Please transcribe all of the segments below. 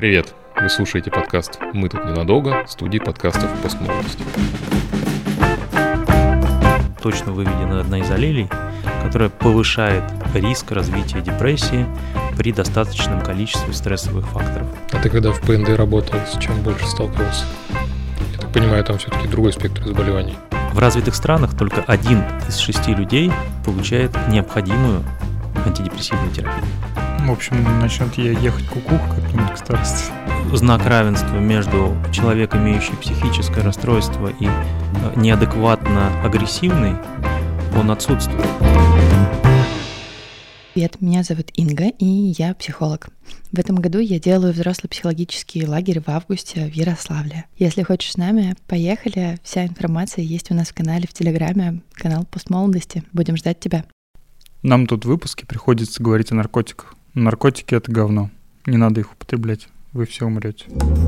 Привет! Вы слушаете подкаст «Мы тут ненадолго» студии подкастов «Постмолодости». Точно выведена одна из аллелей, которая повышает риск развития депрессии при достаточном количестве стрессовых факторов. А ты когда в ПНД работал, с чем больше сталкивался? Я так понимаю, там все-таки другой спектр заболеваний. В развитых странах только 1 из 6 людей получает необходимую антидепрессивную терапию. В общем, начнет ехать кукуха как-нибудь к старости. Знак равенства между человеком, имеющим психическое расстройство, и неадекватно агрессивный, он отсутствует. Привет, меня зовут Инга, и я психолог. В этом году я делаю взрослый психологический лагерь в августе в Ярославле. Если хочешь с нами, поехали. Вся информация есть у нас в канале в Телеграме, канал «Постмолодости». Будем ждать тебя. Нам тут в выпуске приходится говорить о наркотиках. Наркотики — это говно. Не надо их употреблять. Вы все умрете.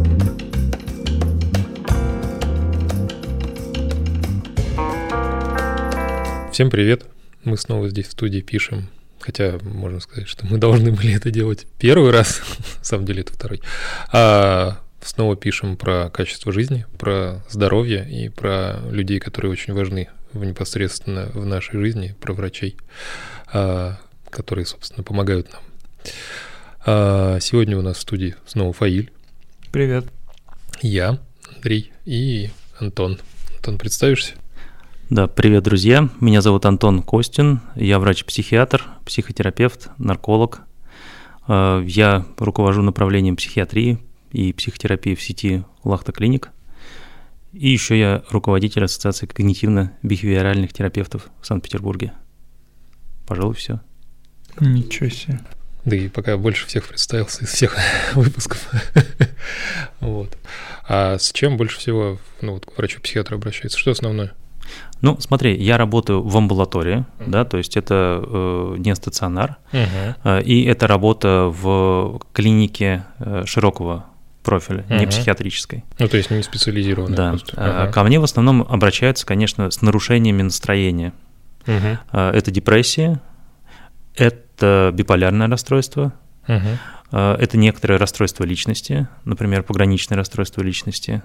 Всем привет! Мы снова здесь в студии пишем. Хотя можно сказать, что мы должны были это делать первый раз. На самом деле это второй. Снова пишем про качество жизни, про здоровье и про людей, которые очень важны непосредственно в нашей жизни, про врачей, которые, собственно, помогают нам. Сегодня у нас в студии снова Фаиль. Привет. Я, Андрей и Антон. Антон, представишься? Да, привет, друзья. Меня зовут Антон Костин. Я врач-психиатр, психотерапевт, нарколог. Я руковожу направлением психиатрии и психотерапии в сети Лахта Клиник. И еще я руководитель Ассоциации когнитивно-бихевиоральных терапевтов в Санкт-Петербурге. Пожалуй, все. Ничего себе. Да и пока больше всех представился из всех выпусков. Вот. А с чем больше всего к врачу-психиатру обращается? Что основное? Ну, смотри, я работаю в амбулатории, да, то есть это не стационар, и это работа в клинике широкого профиля, не психиатрической. Ну, то есть не специализированная. Да. Ко мне в основном обращаются, конечно, с нарушениями настроения. Это депрессия, это биполярное расстройство, это некоторые расстройства личности, например, пограничное расстройство личности,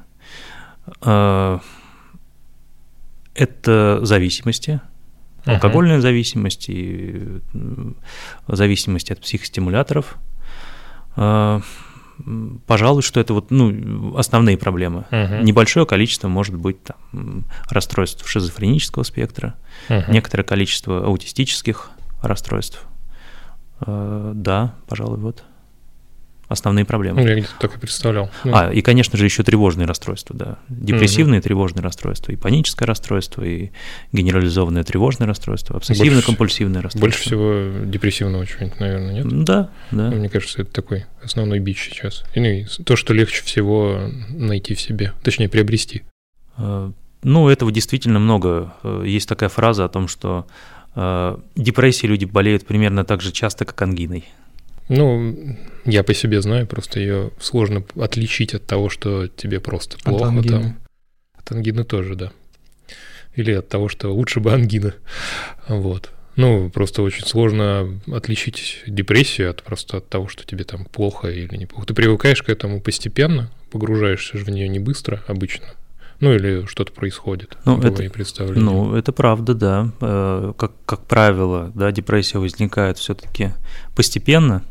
это зависимости, алкогольная зависимость и зависимость от психостимуляторов. Пожалуй, что это основные проблемы. Небольшое количество может быть расстройств шизофренического спектра, некоторое количество аутистических расстройств. Да, пожалуй, основные проблемы. Я где-то так и представлял. И, конечно же, еще тревожные расстройства, да. Депрессивные тревожные расстройства, и паническое расстройство, и генерализованное тревожное расстройство, обсессивно-компульсивное расстройство. Больше всего депрессивного чего-нибудь, наверное, нет? Да. Мне кажется, это такой основной бич сейчас. И то, что легче всего найти в себе, точнее, приобрести. Этого действительно много. Есть такая фраза о том, что депрессией люди болеют примерно так же часто, как ангиной. Я по себе знаю, просто ее сложно отличить от того, что тебе просто плохо. От ангины. От ангины тоже, да. Или от того, что лучше бы ангина. Вот. Просто очень сложно отличить депрессию от того, что тебе там плохо или неплохо. Ты привыкаешь к этому постепенно, погружаешься же в нее не быстро обычно. Или что-то происходит. Это правда, да. Как правило, да, депрессия возникает все-таки постепенно,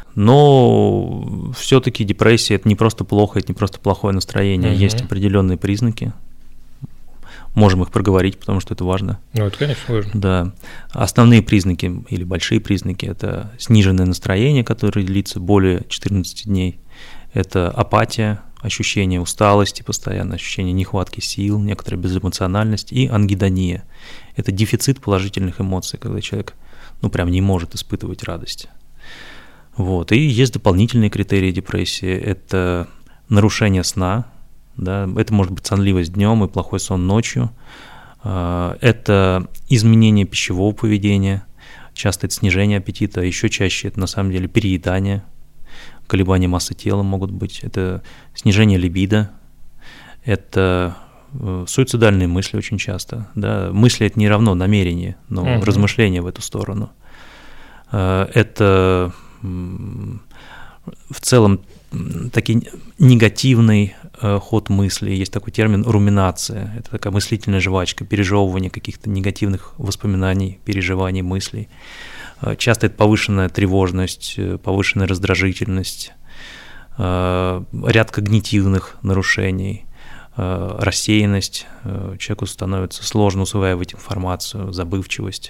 но все-таки депрессия – это не просто плохо, это не просто плохое настроение. Есть определенные признаки. Можем их проговорить, потому что это важно. Это, конечно, важно. Да. Основные признаки или большие признаки – это сниженное настроение, которое длится более 14 дней. Это апатия, ощущение усталости постоянно, ощущение нехватки сил, некоторая безэмоциональность и ангидония. Это дефицит положительных эмоций, когда человек прям не может испытывать радость. И есть дополнительные критерии депрессии. Это нарушение сна, да, это может быть сонливость днем и плохой сон ночью. Это изменение пищевого поведения, часто это снижение аппетита, еще чаще это на самом деле переедание. Колебания массы тела могут быть, это снижение либидо, это суицидальные мысли очень часто. Да. Мысли – это не равно намерение, но размышления в эту сторону. Это в целом такой негативный ход мысли, есть такой термин руминация, это такая мыслительная жвачка, пережевывание каких-то негативных воспоминаний, переживаний, мыслей. Часто это повышенная тревожность, повышенная раздражительность, ряд когнитивных нарушений, рассеянность, человеку становится сложно усваивать информацию, забывчивость.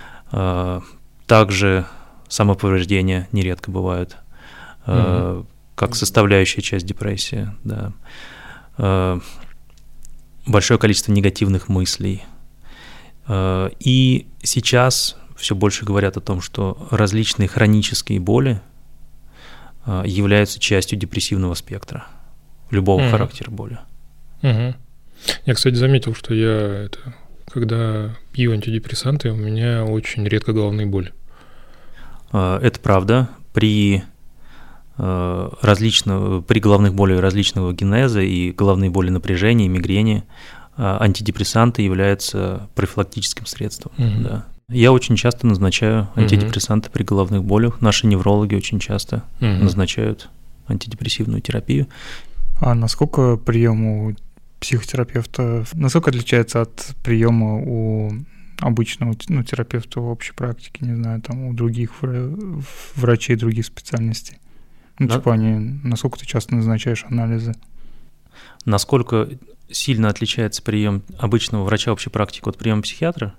Также самоповреждения нередко бывают, как составляющая часть депрессии. Да. Большое количество негативных мыслей. И сейчас все больше говорят о том, что различные хронические боли являются частью депрессивного спектра, любого характера боли. Я, кстати, заметил, что когда пью антидепрессанты, у меня очень редко головные боли. Это правда. При головных болях различного генеза и головные боли напряжения, мигрени антидепрессанты являются профилактическим средством. Да. Я очень часто назначаю антидепрессанты при головных болях. Наши неврологи очень часто назначают антидепрессивную терапию. А насколько прием у психотерапевта, насколько отличается от приема у обычного терапевта в общей практике, не знаю, там у других врачей других специальностей? Насколько ты часто назначаешь анализы? Насколько сильно отличается прием обычного врача общей практики от приема психиатра?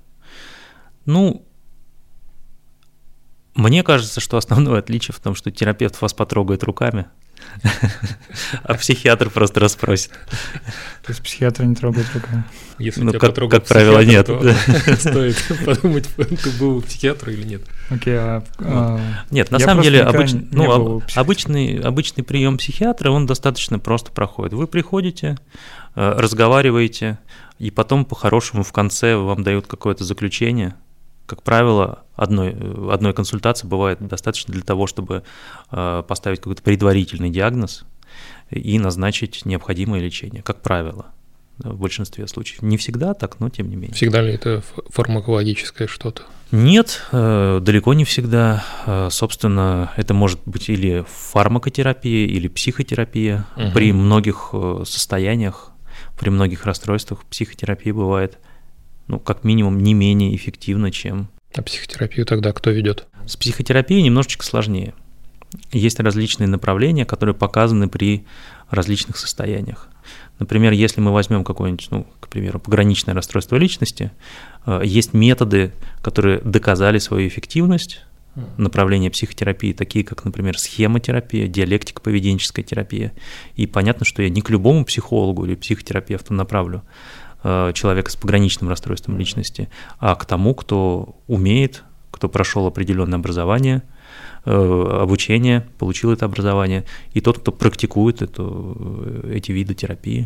Мне кажется, что основное отличие в том, что терапевт вас потрогает руками, а психиатр просто расспросит. То есть психиатр не трогает руками? Если тебя потрогает, как правило, нет. Стоит подумать, ты был у психиатра или нет. Окей, нет, на самом деле обычный прием психиатра, он достаточно просто проходит. Вы приходите, разговариваете, и потом по-хорошему в конце вам дают какое-то заключение. Как правило, одной консультации бывает достаточно для того, чтобы поставить какой-то предварительный диагноз и назначить необходимое лечение, как правило, в большинстве случаев. Не всегда так, но тем не менее. Всегда ли это фармакологическое что-то? Нет, далеко не всегда. Собственно, это может быть или фармакотерапия, или психотерапия. При многих состояниях, при многих расстройствах психотерапия бывает как минимум, не менее эффективно, чем... А психотерапию тогда кто ведет? С психотерапией немножечко сложнее. Есть различные направления, которые показаны при различных состояниях. Например, если мы возьмем какое-нибудь, к примеру, пограничное расстройство личности, есть методы, которые доказали свою эффективность, направления психотерапии, такие как, например, схемотерапия, диалектико-поведенческая терапия. И понятно, что я не к любому психологу или психотерапевту направлю человека с пограничным расстройством личности, а к тому, кто умеет, кто прошел определенное образование, обучение, получил это образование, и тот, кто практикует эти виды терапии.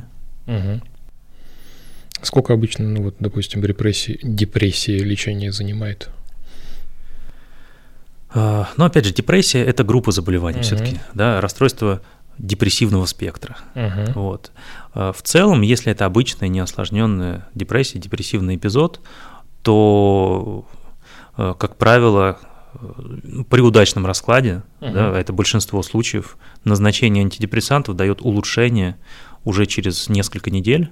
Сколько обычно, допустим, депрессия лечение занимает? Опять же, депрессия – это группа заболеваний все-таки, да, расстройство депрессивного спектра. Вот. В целом, если это обычная неосложненная депрессия, депрессивный эпизод, то, как правило, при удачном раскладе, да, это большинство случаев, назначение антидепрессантов дает улучшение уже через несколько недель.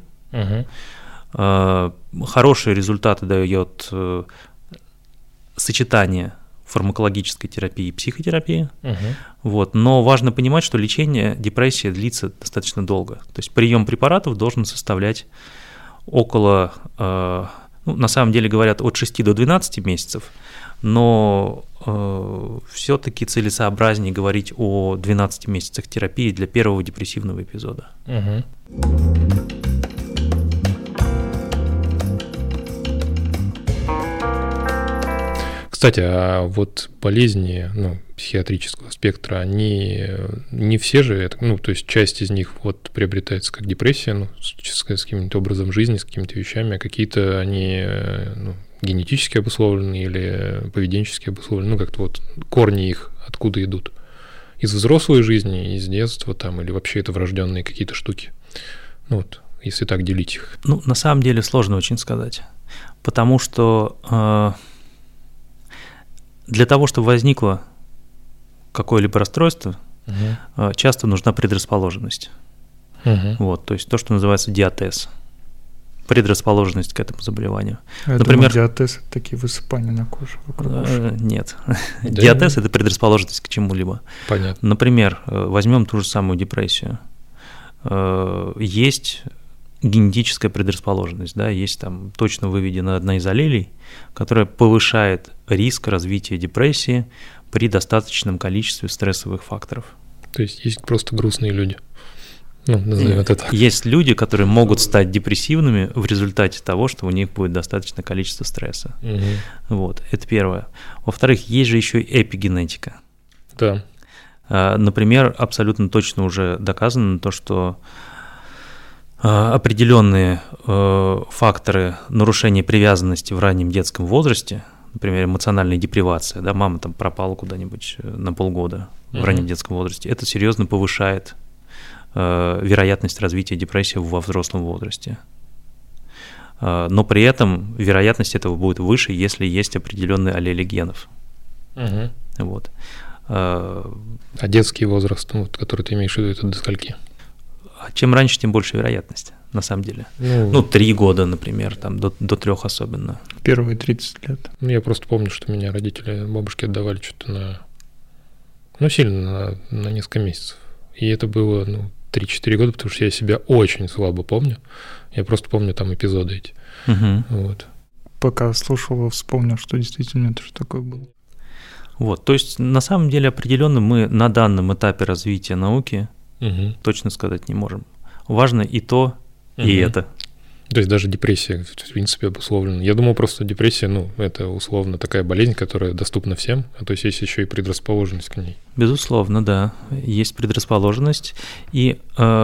Хорошие результаты дает сочетание фармакологической терапии и психотерапии. Вот. Но важно понимать, что лечение депрессии длится достаточно долго. То есть прием препаратов должен составлять около, на самом деле говорят от 6 до 12 месяцев, но все-таки целесообразнее говорить о 12 месяцах терапии для первого депрессивного эпизода. Кстати, а болезни психиатрического спектра, они не все же, то есть часть из них приобретается как депрессия, с каким-то образом жизни, с какими-то вещами, а какие-то они генетически обусловлены или поведенчески обусловлены, как-то корни их откуда идут? Из взрослой жизни, из детства там, или вообще это врожденные какие-то штуки? Если так делить их. На самом деле сложно очень сказать, потому что для того, чтобы возникло какое-либо расстройство, часто нужна предрасположенность. Вот, то есть то, что называется диатез. Предрасположенность к этому заболеванию. Например, диатез – это такие высыпания на коже вокруг ушей. Нет. Диатез – это предрасположенность к чему-либо. Понятно. Например, возьмем ту же самую депрессию. Есть генетическая предрасположенность, да, есть там точно выведена одна из аллелей, которая повышает риск развития депрессии при достаточном количестве стрессовых факторов. То есть есть просто грустные люди. Ну, назовем это так. Есть люди, которые могут стать депрессивными в результате того, что у них будет достаточное количество стресса. Вот, это первое. Во-вторых, есть же еще и эпигенетика. Да. Например, абсолютно точно уже доказано то, что определенные факторы нарушения привязанности в раннем детском возрасте, например, эмоциональная депривация, да, мама там пропала куда-нибудь на полгода в раннем детском возрасте, это серьезно повышает вероятность развития депрессии во взрослом возрасте. Но при этом вероятность этого будет выше, если есть определенные аллели генов. Вот. А детский возраст, вот, который ты имеешь в виду, это до скольки? Чем раньше, тем больше вероятность, на самом деле. 3 года, например, там, до 3 особенно. Первые 30 лет. Ну, я просто помню, что меня родители, бабушки отдавали что-то сильно на несколько месяцев. И это было, 3-4 года, потому что я себя очень слабо помню. Я просто помню там эпизоды эти. Вот. Пока слушал, вспомнил, что действительно это что такое было. Вот, то есть на самом деле определенно мы на данном этапе развития науки точно сказать не можем. Важно и то, и это. То есть даже депрессия, в принципе, обусловлена. Я думал, просто депрессия, это условно такая болезнь, которая доступна всем, а то есть есть еще и предрасположенность к ней. Безусловно, да, есть предрасположенность. И,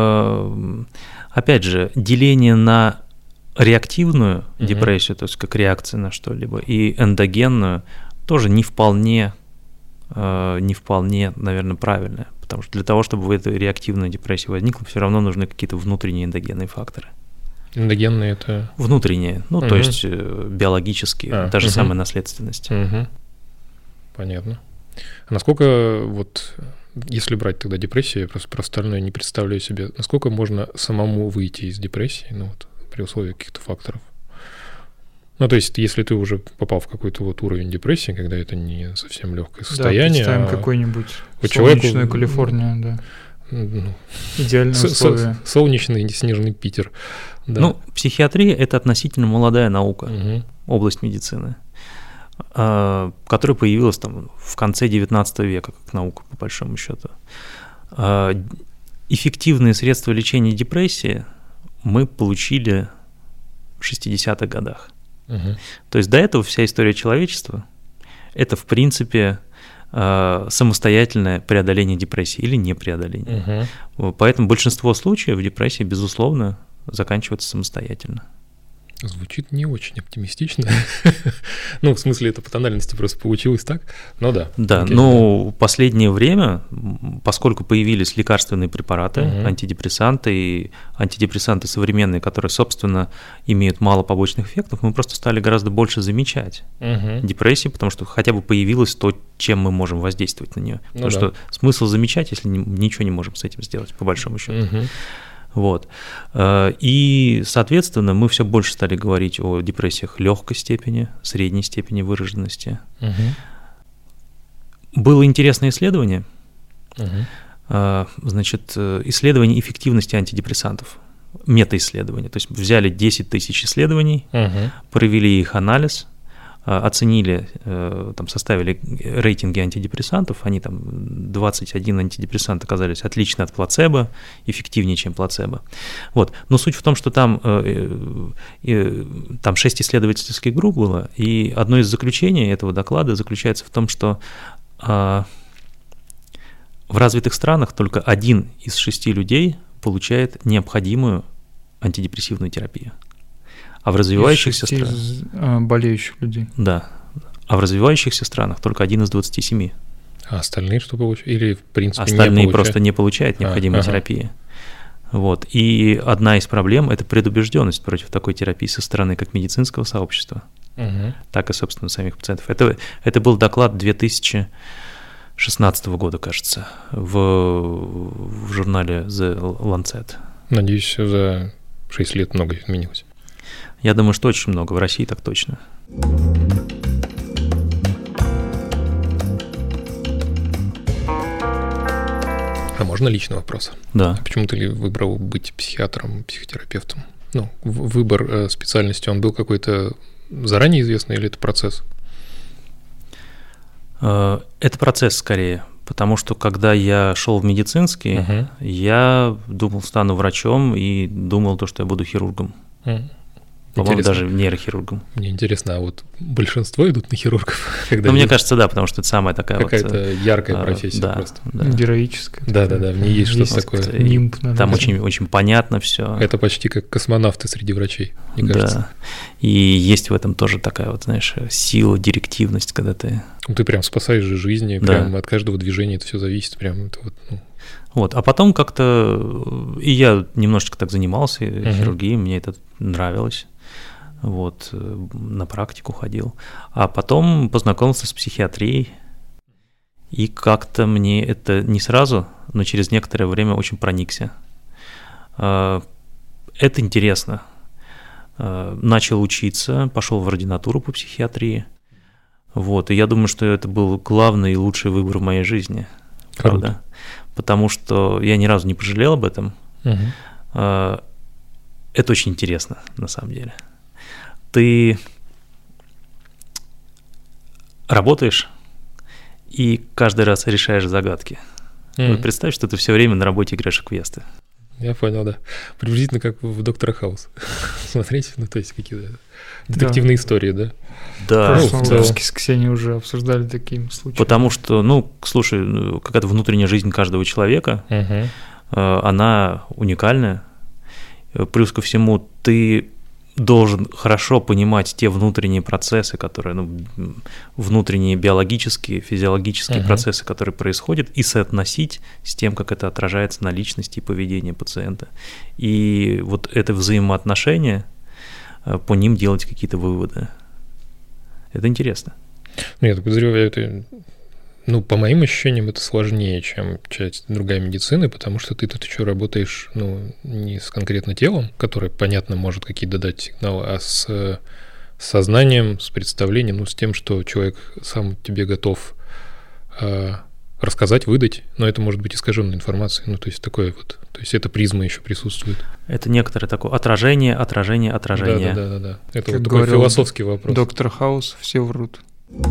опять же, деление на реактивную депрессию, то есть как реакция на что-либо, и эндогенную тоже не вполне, наверное, правильное. Потому что для того, чтобы в этой реактивной депрессии возникла, все равно нужны какие-то внутренние эндогенные факторы. Эндогенные – это… Внутренние, то есть биологические, та же самая наследственность. Понятно. А насколько, если брать тогда депрессию, я просто про остальное не представляю себе, насколько можно самому выйти из депрессии, при условии каких-то факторов? То есть, если ты уже попал в какой-то уровень депрессии, когда это не совсем легкое состояние. Да, представим какой-нибудь солнечную Калифорнию, да. Идеальные условия. Солнечный и снежный Питер. Да. Психиатрия – это относительно молодая наука, область медицины, которая появилась там в конце XIX века как наука, по большому счету. Эффективные средства лечения депрессии мы получили в 60-х годах. То есть до этого вся история человечества – это, в принципе, самостоятельное преодоление депрессии или непреодоление. Поэтому большинство случаев депрессии, безусловно, заканчиваются самостоятельно. Звучит не очень оптимистично. В смысле, это по тональности просто получилось так, но да. Да, в последнее время, поскольку появились лекарственные препараты, антидепрессанты и антидепрессанты современные, которые, собственно, имеют мало побочных эффектов, мы просто стали гораздо больше замечать депрессию, потому что хотя бы появилось то, чем мы можем воздействовать на нее. Потому что смысл замечать, если ничего не можем с этим сделать, по большому счету. Вот. И, соответственно, мы все больше стали говорить о депрессиях легкой степени, средней степени выраженности. Было интересное исследование, исследование эффективности антидепрессантов, метаисследование. То есть взяли 10 тысяч исследований, провели их анализ, оценили, составили рейтинги антидепрессантов, они 21 антидепрессант оказались отлично от плацебо, эффективнее, чем плацебо. Вот. Но суть в том, что там 6 исследовательских групп было, и одно из заключений этого доклада заключается в том, что в развитых странах только 1 из 6 людей получает необходимую антидепрессивную терапию. А в развивающихся странах… болеющих людей. Да. А в развивающихся странах только 1 из 27. А остальные что получают? Или, в принципе, остальные просто не получают необходимой терапии. Вот. И одна из проблем – это предубежденность против такой терапии со стороны как медицинского сообщества, так и, собственно, самих пациентов. Это был доклад 2016 2016 года, кажется, в журнале The Lancet. Надеюсь, за 6 лет много изменилось. Я думаю, что очень много. В России так точно. А можно личный вопрос? Да. Почему ты выбрал быть психиатром, психотерапевтом? Ну, выбор специальности, он был какой-то заранее известный или это процесс? Это процесс скорее, потому что когда я шел в медицинский, я думал, стану врачом и думал, что я буду хирургом. По-моему, даже нейрохирургом. Мне интересно, а вот большинство идут на хирургов? Ну, мне кажется, да, потому что это самая такая какая-то яркая профессия да, просто. Да. Героическая. Да, в ней есть что-то такое. Нимб, там очень понятно все. Это почти как космонавты среди врачей, мне кажется. Да. И есть в этом тоже такая вот, знаешь, сила, директивность, когда ты... Ты прям спасаешь же жизни, да. Прям от каждого движения это все зависит, прям это вот, Вот, а потом как-то и я немножечко так занимался хирургией, мне это нравилось. Вот, на практику ходил. А потом познакомился с психиатрией, и как-то мне это не сразу, но через некоторое время очень проникся. Это интересно. Начал учиться, пошел в ординатуру по психиатрии. Вот, и я думаю, что это был главный и лучший выбор в моей жизни. Правда? Круто. Потому что я ни разу не пожалел об этом. Это очень интересно, на самом деле. Ты работаешь и каждый раз решаешь загадки. Вот представь, что ты все время на работе играешь в квесты. Я понял, да. Приблизительно как в «Доктора Хаус». Смотрите, то есть какие-то детективные истории, да? Да. В прошлом выпуске с Ксенией уже обсуждали такие случаи. Потому что, слушай, какая-то внутренняя жизнь каждого человека, она уникальная. Плюс ко всему, ты должен хорошо понимать те внутренние процессы, которые, внутренние биологические, физиологические процессы, которые происходят, и соотносить с тем, как это отражается на личности и поведении пациента. И вот это взаимоотношение, по ним делать какие-то выводы. Это интересно. Я так подозреваю, это... по моим ощущениям, это сложнее, чем часть другая медицины, потому что ты тут еще работаешь, не с конкретно телом, которое, понятно, может какие-то дать сигналы, а с сознанием, с представлением, с тем, что человек сам тебе готов рассказать, выдать, но это может быть искаженной информацией, то есть такое вот, то есть эта призма еще присутствует. Это некоторое такое отражение. Да. Это как вот такой философский вопрос. Доктор Хаус, все врут.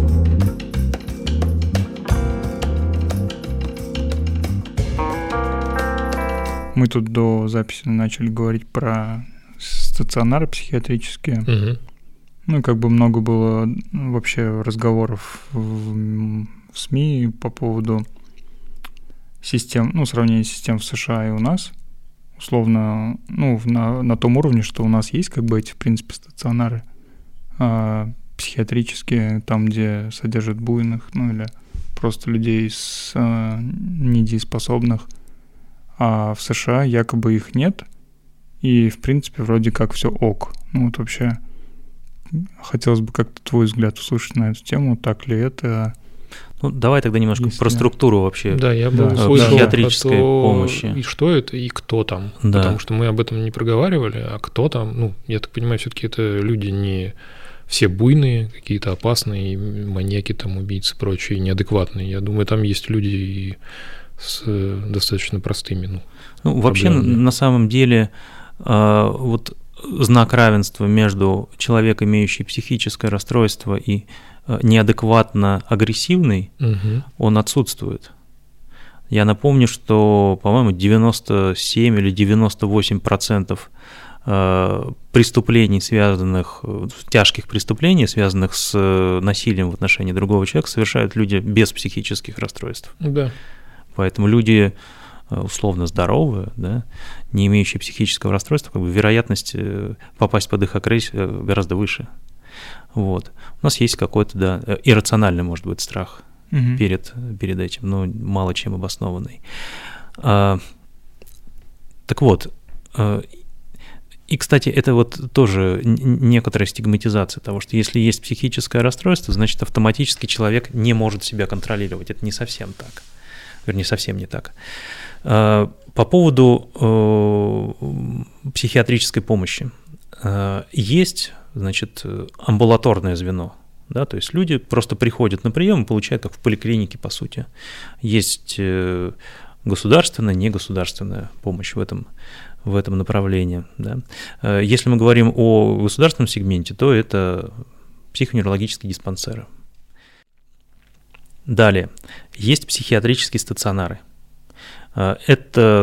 Мы тут до записи начали говорить про стационары психиатрические. Много было вообще разговоров в СМИ по поводу систем, сравнения систем в США и у нас. Условно, на том уровне, что у нас есть эти, в принципе, стационары психиатрические, там, где содержат буйных, или просто людей недееспособных. А в США якобы их нет, и, в принципе, вроде как все ок. Вообще, хотелось бы как-то твой взгляд услышать на эту тему, так ли это... давай тогда немножко про структуру вообще я бы услышал психиатрической помощи. И что это, и кто там. Да. Потому что мы об этом не проговаривали, а кто там, я так понимаю, все-таки это люди не все буйные, какие-то опасные, маньяки, убийцы, прочие, неадекватные. Я думаю, там есть люди и с достаточно простыми. Вообще, на самом деле, вот знак равенства между человеком, имеющим психическое расстройство, и неадекватно агрессивный, он отсутствует. Я напомню, что, по-моему, 97 или 98% преступлений, тяжких преступлений, связанных с насилием в отношении другого человека, совершают люди без психических расстройств. Да. Поэтому люди условно здоровые, не имеющие психического расстройства, вероятность попасть под их агрессию гораздо выше. Вот. У нас есть какой-то, иррациональный, может быть, страх перед этим, но мало чем обоснованный. Так вот, И, кстати, это вот тоже некоторая стигматизация того, что если есть психическое расстройство, значит, автоматически человек не может себя контролировать. Это не совсем так. Вернее, совсем не так. По поводу психиатрической помощи. Есть, значит, амбулаторное звено. Да, то есть люди просто приходят на прием и получают, как в поликлинике, по сути. Есть государственная, негосударственная помощь в этом направлении. Да. Если мы говорим о государственном сегменте, то это психоневрологические диспансеры. Далее. Есть психиатрические стационары. Это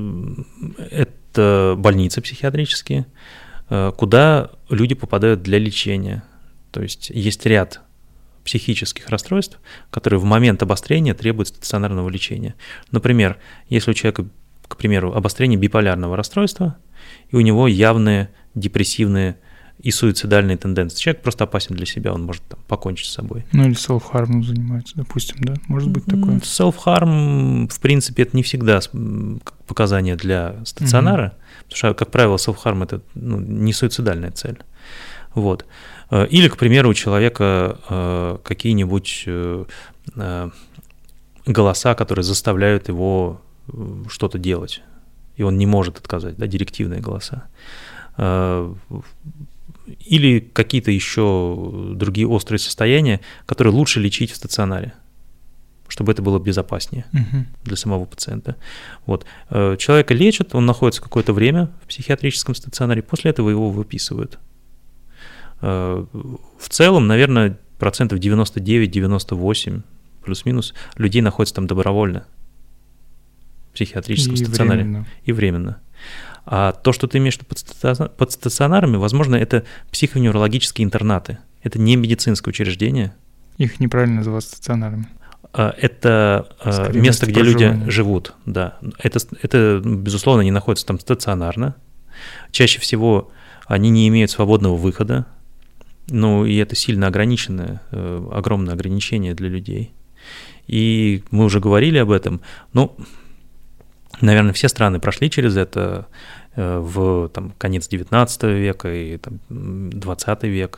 больницы психиатрические, куда люди попадают для лечения. То есть есть ряд психических расстройств, которые в момент обострения требуют стационарного лечения. Например, если у человека, к примеру, обострение биполярного расстройства, и у него явные депрессивные и суицидальные тенденции. Человек просто опасен для себя, он может там покончить с собой. Ну или self-harm занимается, допустим, да? Может быть такое? Self-harm, в принципе, это не всегда показание для стационара, потому что, как правило, self-harm – это не суицидальная цель. Вот. Или, к примеру, у человека какие-нибудь голоса, которые заставляют его что-то делать, и он не может отказать, да, директивные голоса. Или какие-то еще другие острые состояния, которые лучше лечить в стационаре, чтобы это было безопаснее для самого пациента. Вот. Человека лечат, он находится какое-то время в психиатрическом стационаре, после этого его выписывают. В целом, наверное, 99-98 плюс-минус людей находятся там добровольно в психиатрическом стационаре. И временно. А то, что ты имеешь под стационарами, возможно, это психоневрологические интернаты. Это не медицинское учреждение. Их неправильно называют стационарами. Это место, где люди живут. Да. Это, безусловно, не находится там стационарно. Чаще всего они не имеют свободного выхода. Ну, и это сильно ограниченное, огромное ограничение для людей. И мы уже говорили об этом. Ну, наверное, все страны прошли через это в конец XIX века и 20 век,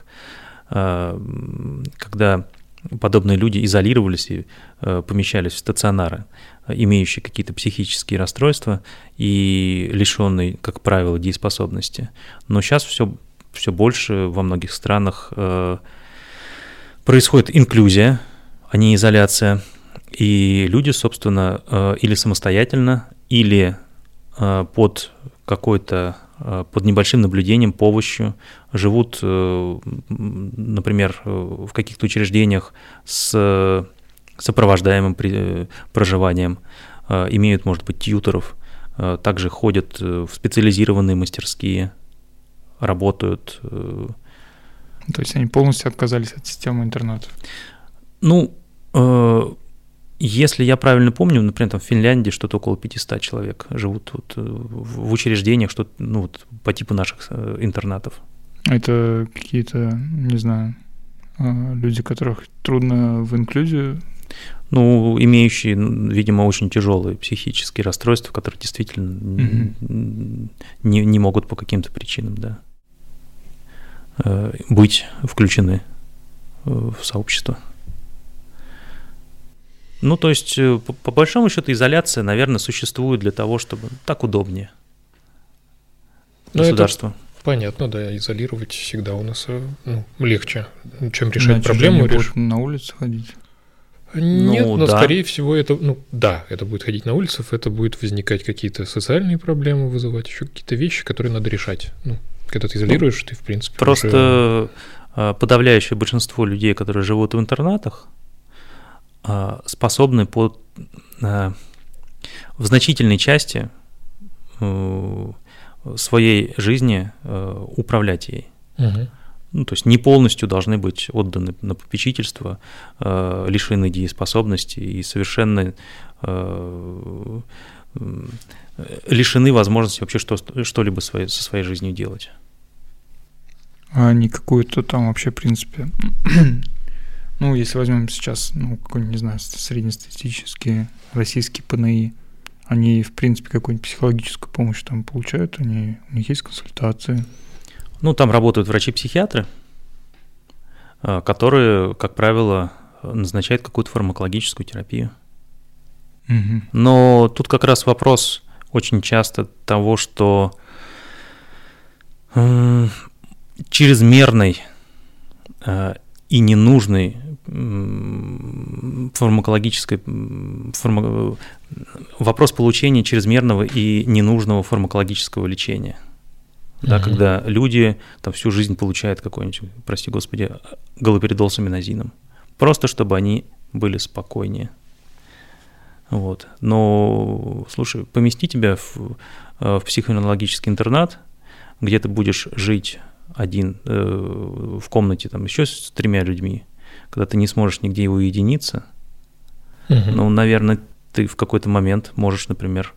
когда подобные люди изолировались и помещались в стационары, имеющие какие-то психические расстройства и лишенные, как правило, дееспособности. Но сейчас все больше во многих странах происходит инклюзия, а не изоляция. И люди, собственно, или самостоятельно, или под небольшим наблюдением, помощью живут, например, в каких-то учреждениях с сопровождаемым проживанием, имеют, может быть, тьюторов, также ходят в специализированные мастерские, работают. То есть они полностью отказались от системы интернатов? Ну, если я правильно помню, например, там в Финляндии что-то около 500 человек живут вот в учреждениях, что, по типу наших интернатов. Это какие-то, не знаю, люди, которых трудно в инклюзию? Ну, имеющие, видимо, очень тяжелые психические расстройства, которые действительно не могут по каким-то причинам, да, быть включены в сообщество. Ну, то есть, по большому счету, изоляция, наверное, существует для того, чтобы так удобнее государству. Понятно, да, изолировать всегда у нас легче, чем решать проблему. На улицу ходить? Нет, но да. Скорее всего это, это будет ходить на улицу, это будет возникать какие-то социальные проблемы, вызывать еще какие-то вещи, которые надо решать. Когда ты изолируешь, ты, в принципе, просто подавляющее большинство людей, которые живут в интернатах, способны в значительной части своей жизни управлять ей. Угу. То есть не полностью должны быть отданы на попечительство, лишены дееспособности и совершенно лишены возможности вообще что-либо со своей жизнью делать. А не какую-то там вообще, в принципе... если возьмем сейчас, какой-нибудь, не знаю, среднестатистический российский ПНИ, они, в принципе, какую-нибудь психологическую помощь там получают, у них есть консультации? Ну, там работают врачи-психиатры, которые, как правило, назначают какую-то фармакологическую терапию. Угу. Но тут как раз вопрос очень часто того, что чрезмерной и ненужной вопрос получения чрезмерного и ненужного фармакологического лечения. Да, когда люди там всю жизнь получают какой-нибудь, прости господи, галоперидол с аминозином. Просто чтобы они были спокойнее. Вот. Но, слушай, помести тебя в психоневрологический интернат, где ты будешь жить один в комнате там еще с 3 людьми, когда ты не сможешь нигде уединиться, ну, наверное, ты в какой-то момент можешь, например,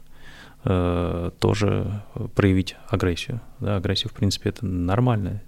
тоже проявить агрессию. Да, агрессия, в принципе, это нормальная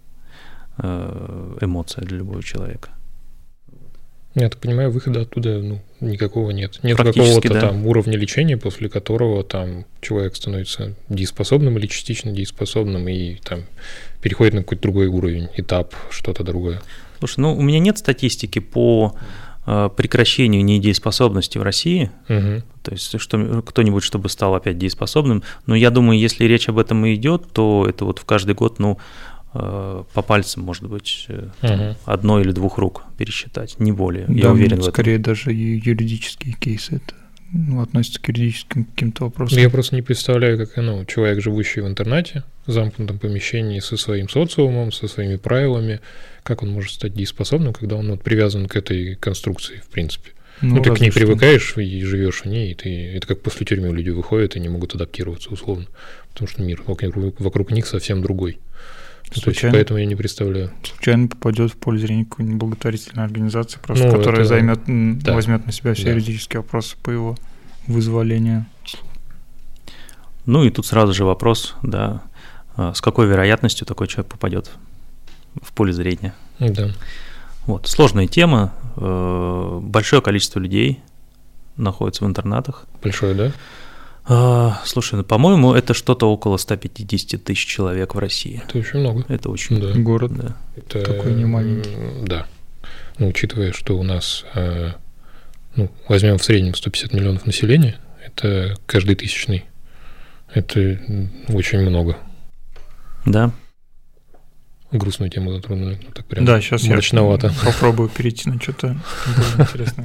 эмоция для любого человека. Я так понимаю, выхода оттуда никакого нет. Нет какого-то там уровня лечения, после которого там человек становится дееспособным или частично дееспособным и там переходит на какой-то другой уровень, этап, что-то другое. Слушай, у меня нет статистики по прекращению недееспособности в России, то есть что кто-нибудь, чтобы стал опять дееспособным, но я думаю, если речь об этом и идет, то это вот в каждый год, по пальцам, может быть, 1 или 2 рук пересчитать, не более. Да, я уверен в этом. Скорее даже и юридические кейсы это относятся к юридическим каким-то вопросам. Я просто не представляю, как человек, живущий в интернате, в замкнутом помещении со своим социумом, со своими правилами, как он может стать дееспособным, когда он привязан к этой конструкции, в принципе. Ты к ней привыкаешь и живешь в ней, и это как после тюрьмы люди выходят и не могут адаптироваться условно, потому что мир вокруг них совсем другой. Случайно, поэтому я не представляю. Случайно попадет в поле зрения какой-нибудь благотворительной организации, просто которая возьмет на себя все юридические вопросы по его вызволению. Ну и тут сразу же вопрос, да, с какой вероятностью такой человек попадет в поле зрения. Да. Вот, сложная тема, большое количество людей находится в интернатах. Большое, да? Слушай, по-моему, это что-то около 150 тысяч человек в России. Это очень много. Это очень много. Город, да. Это такой не маленький. Да. Учитывая, что у нас, возьмем в среднем 150 миллионов населения, это каждый тысячный. Это очень много. Да. Грустную тему затронули. Так прям да, сейчас мрачновато. Я попробую перейти на что-то более интересное.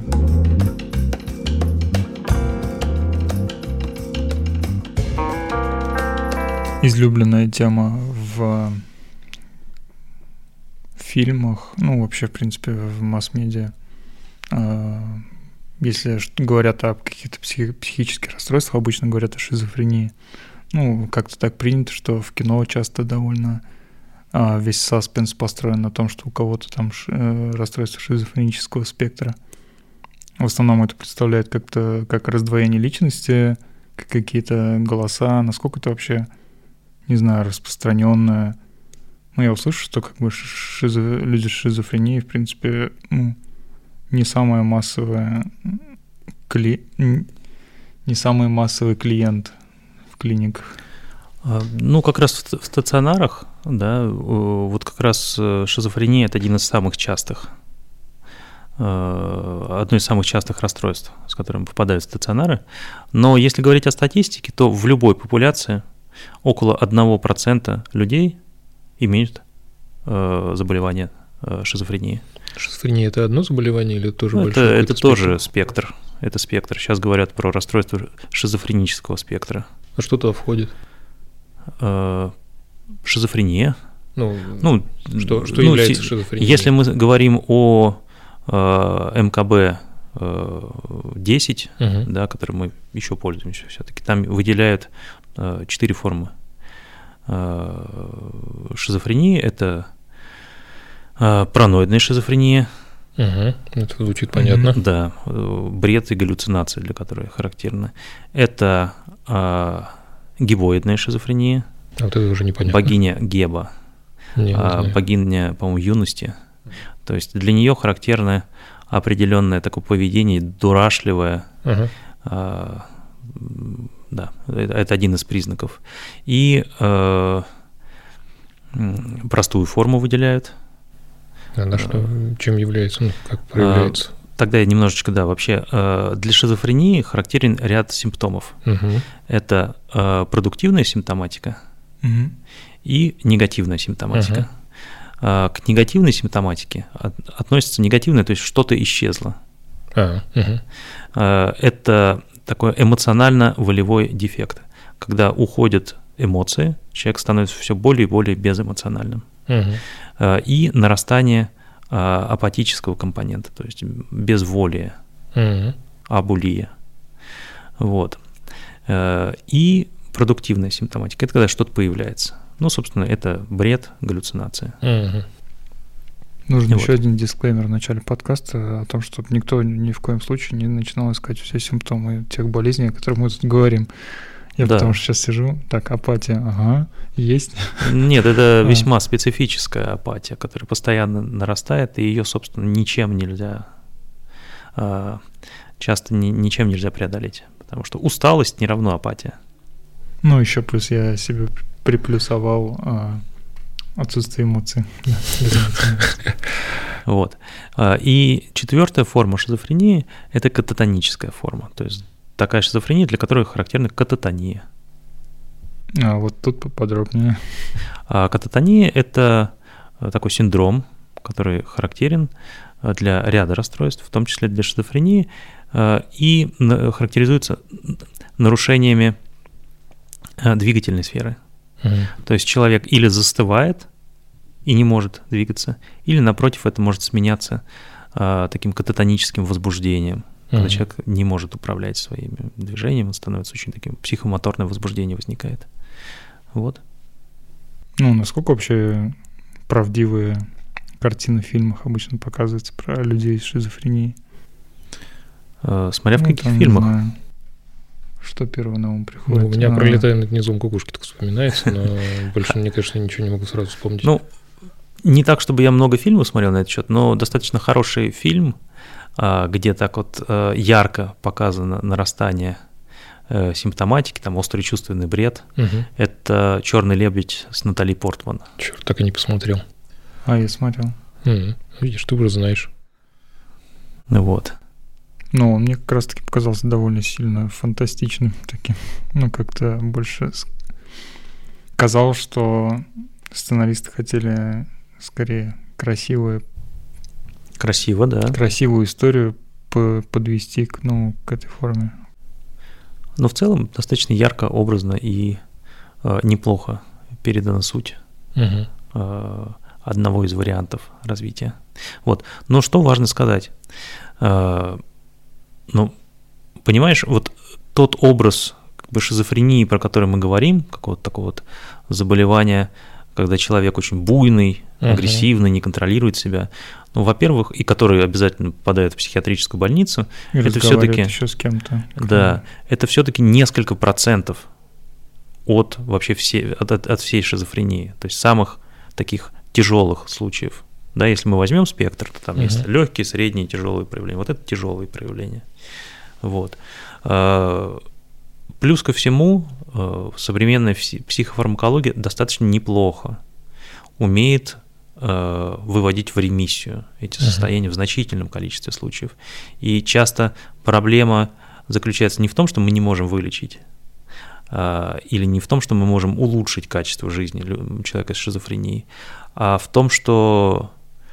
Излюбленная тема в фильмах, вообще, в принципе, в масс-медиа. Если говорят о каких-то психических расстройствах, обычно говорят о шизофрении. Как-то так принято, что в кино часто довольно весь саспенс построен на том, что у кого-то там расстройство шизофренического спектра. В основном это представляет как-то как раздвоение личности, как какие-то голоса. Насколько это вообще, не знаю, распространенное. Я услышу, что люди с шизофренией, в принципе, не самый массовый клиент в клиниках. Как раз в стационарах, да, вот как раз шизофрения – это одно из самых частых расстройств, с которыми попадают в стационары. Но если говорить о статистике, то в любой популяции около 1% людей имеют заболевание шизофрении. Шизофрения – это одно заболевание или тоже большое? Это тоже спектр. Это спектр. Сейчас говорят про расстройство шизофренического спектра. А что туда входит? Шизофрения. Что является шизофренией? Если мы говорим о МКБ-10, да, которым мы еще пользуемся все-таки, там выделяют 4 формы шизофрении. Это параноидная шизофрения. Это звучит понятно. Да, бред и галлюцинации, для которой характерны. Это гебоидная шизофрения. Вот это уже непонятно. Богиня Геба. Богиня, по-моему, юности. То есть для нее характерно определенное такое поведение, дурашливое, да, это один из признаков. И простую форму выделяют. Она что, чем является, как проявляется? Тогда я немножечко, да, вообще для шизофрении характерен ряд симптомов. Это продуктивная симптоматика и негативная симптоматика. К негативной симптоматике относится негативное, то есть что-то исчезло. Это такой эмоционально-волевой дефект. Когда уходят эмоции, человек становится все более и более безэмоциональным. И нарастание апатического компонента, то есть безволие, абулия. Вот. И продуктивная симптоматика – это когда что-то появляется. Ну, собственно, это бред, галлюцинация. Нужен еще один дисклеймер в начале подкаста о том, что никто ни в коем случае не начинал искать все симптомы тех болезней, о которых мы тут говорим. Я потому что сейчас сижу, так, апатия, есть. Нет, это весьма специфическая апатия, которая постоянно нарастает, и ее, собственно, ничем нельзя, часто ничем нельзя преодолеть, потому что усталость не равно апатия. Ну, еще плюс я себе приплюсовал отсутствие эмоций. Вот. И четвертая форма шизофрении – это кататоническая форма, то есть такая шизофрения, для которой характерна кататония. Вот тут поподробнее. Кататония – это такой синдром, который характерен для ряда расстройств, в том числе для шизофрении, и характеризуется нарушениями двигательной сферы. То есть человек или застывает и не может двигаться, или, напротив, это может сменяться таким кататоническим возбуждением. Когда человек не может управлять своими движениями, он становится очень таким, психомоторное возбуждение возникает. Вот. Ну, насколько вообще правдивые картины в фильмах обычно показываются про людей с шизофренией? Смотря в каких фильмах. Не знаю, что первое на ум приходит. У меня «Пролетая над гнездом кукушки» так вспоминается, но больше, мне кажется, ничего не могу сразу вспомнить. Ну, не так, чтобы я много фильмов смотрел на этот счет, но достаточно хороший фильм, где так вот ярко показано нарастание симптоматики, там острый чувственный бред. Это «Черный лебедь» с Натали Портман. Черт, так и не посмотрел. Я смотрел. Видишь, ты уже знаешь. Вот. Ну, он мне как раз-таки показался довольно сильно фантастичным таким. Ну, как-то больше казалось, что сценаристы хотели скорее красивую историю подвести к этой форме. Но в целом достаточно ярко, образно и неплохо передана суть одного из вариантов развития. Вот. Но что важно сказать? Понимаешь, вот тот образ шизофрении, про который мы говорим, какого-то такого вот заболевания, когда человек очень буйный, агрессивный, не контролирует себя, во-первых, и который обязательно попадает в психиатрическую больницу, и это все-таки еще с кем-то. Да, это все-таки несколько процентов от вообще от всей шизофрении, то есть самых таких тяжелых случаев. Да, если мы возьмем спектр, то там есть легкие, средние, тяжелые проявления. Вот это тяжелые проявления. Вот. Плюс ко всему, современная психофармакология достаточно неплохо умеет выводить в ремиссию эти состояния в значительном количестве случаев. И часто проблема заключается не в том, что мы не можем вылечить, или не в том, что мы можем улучшить качество жизни человека с шизофренией, а в том, что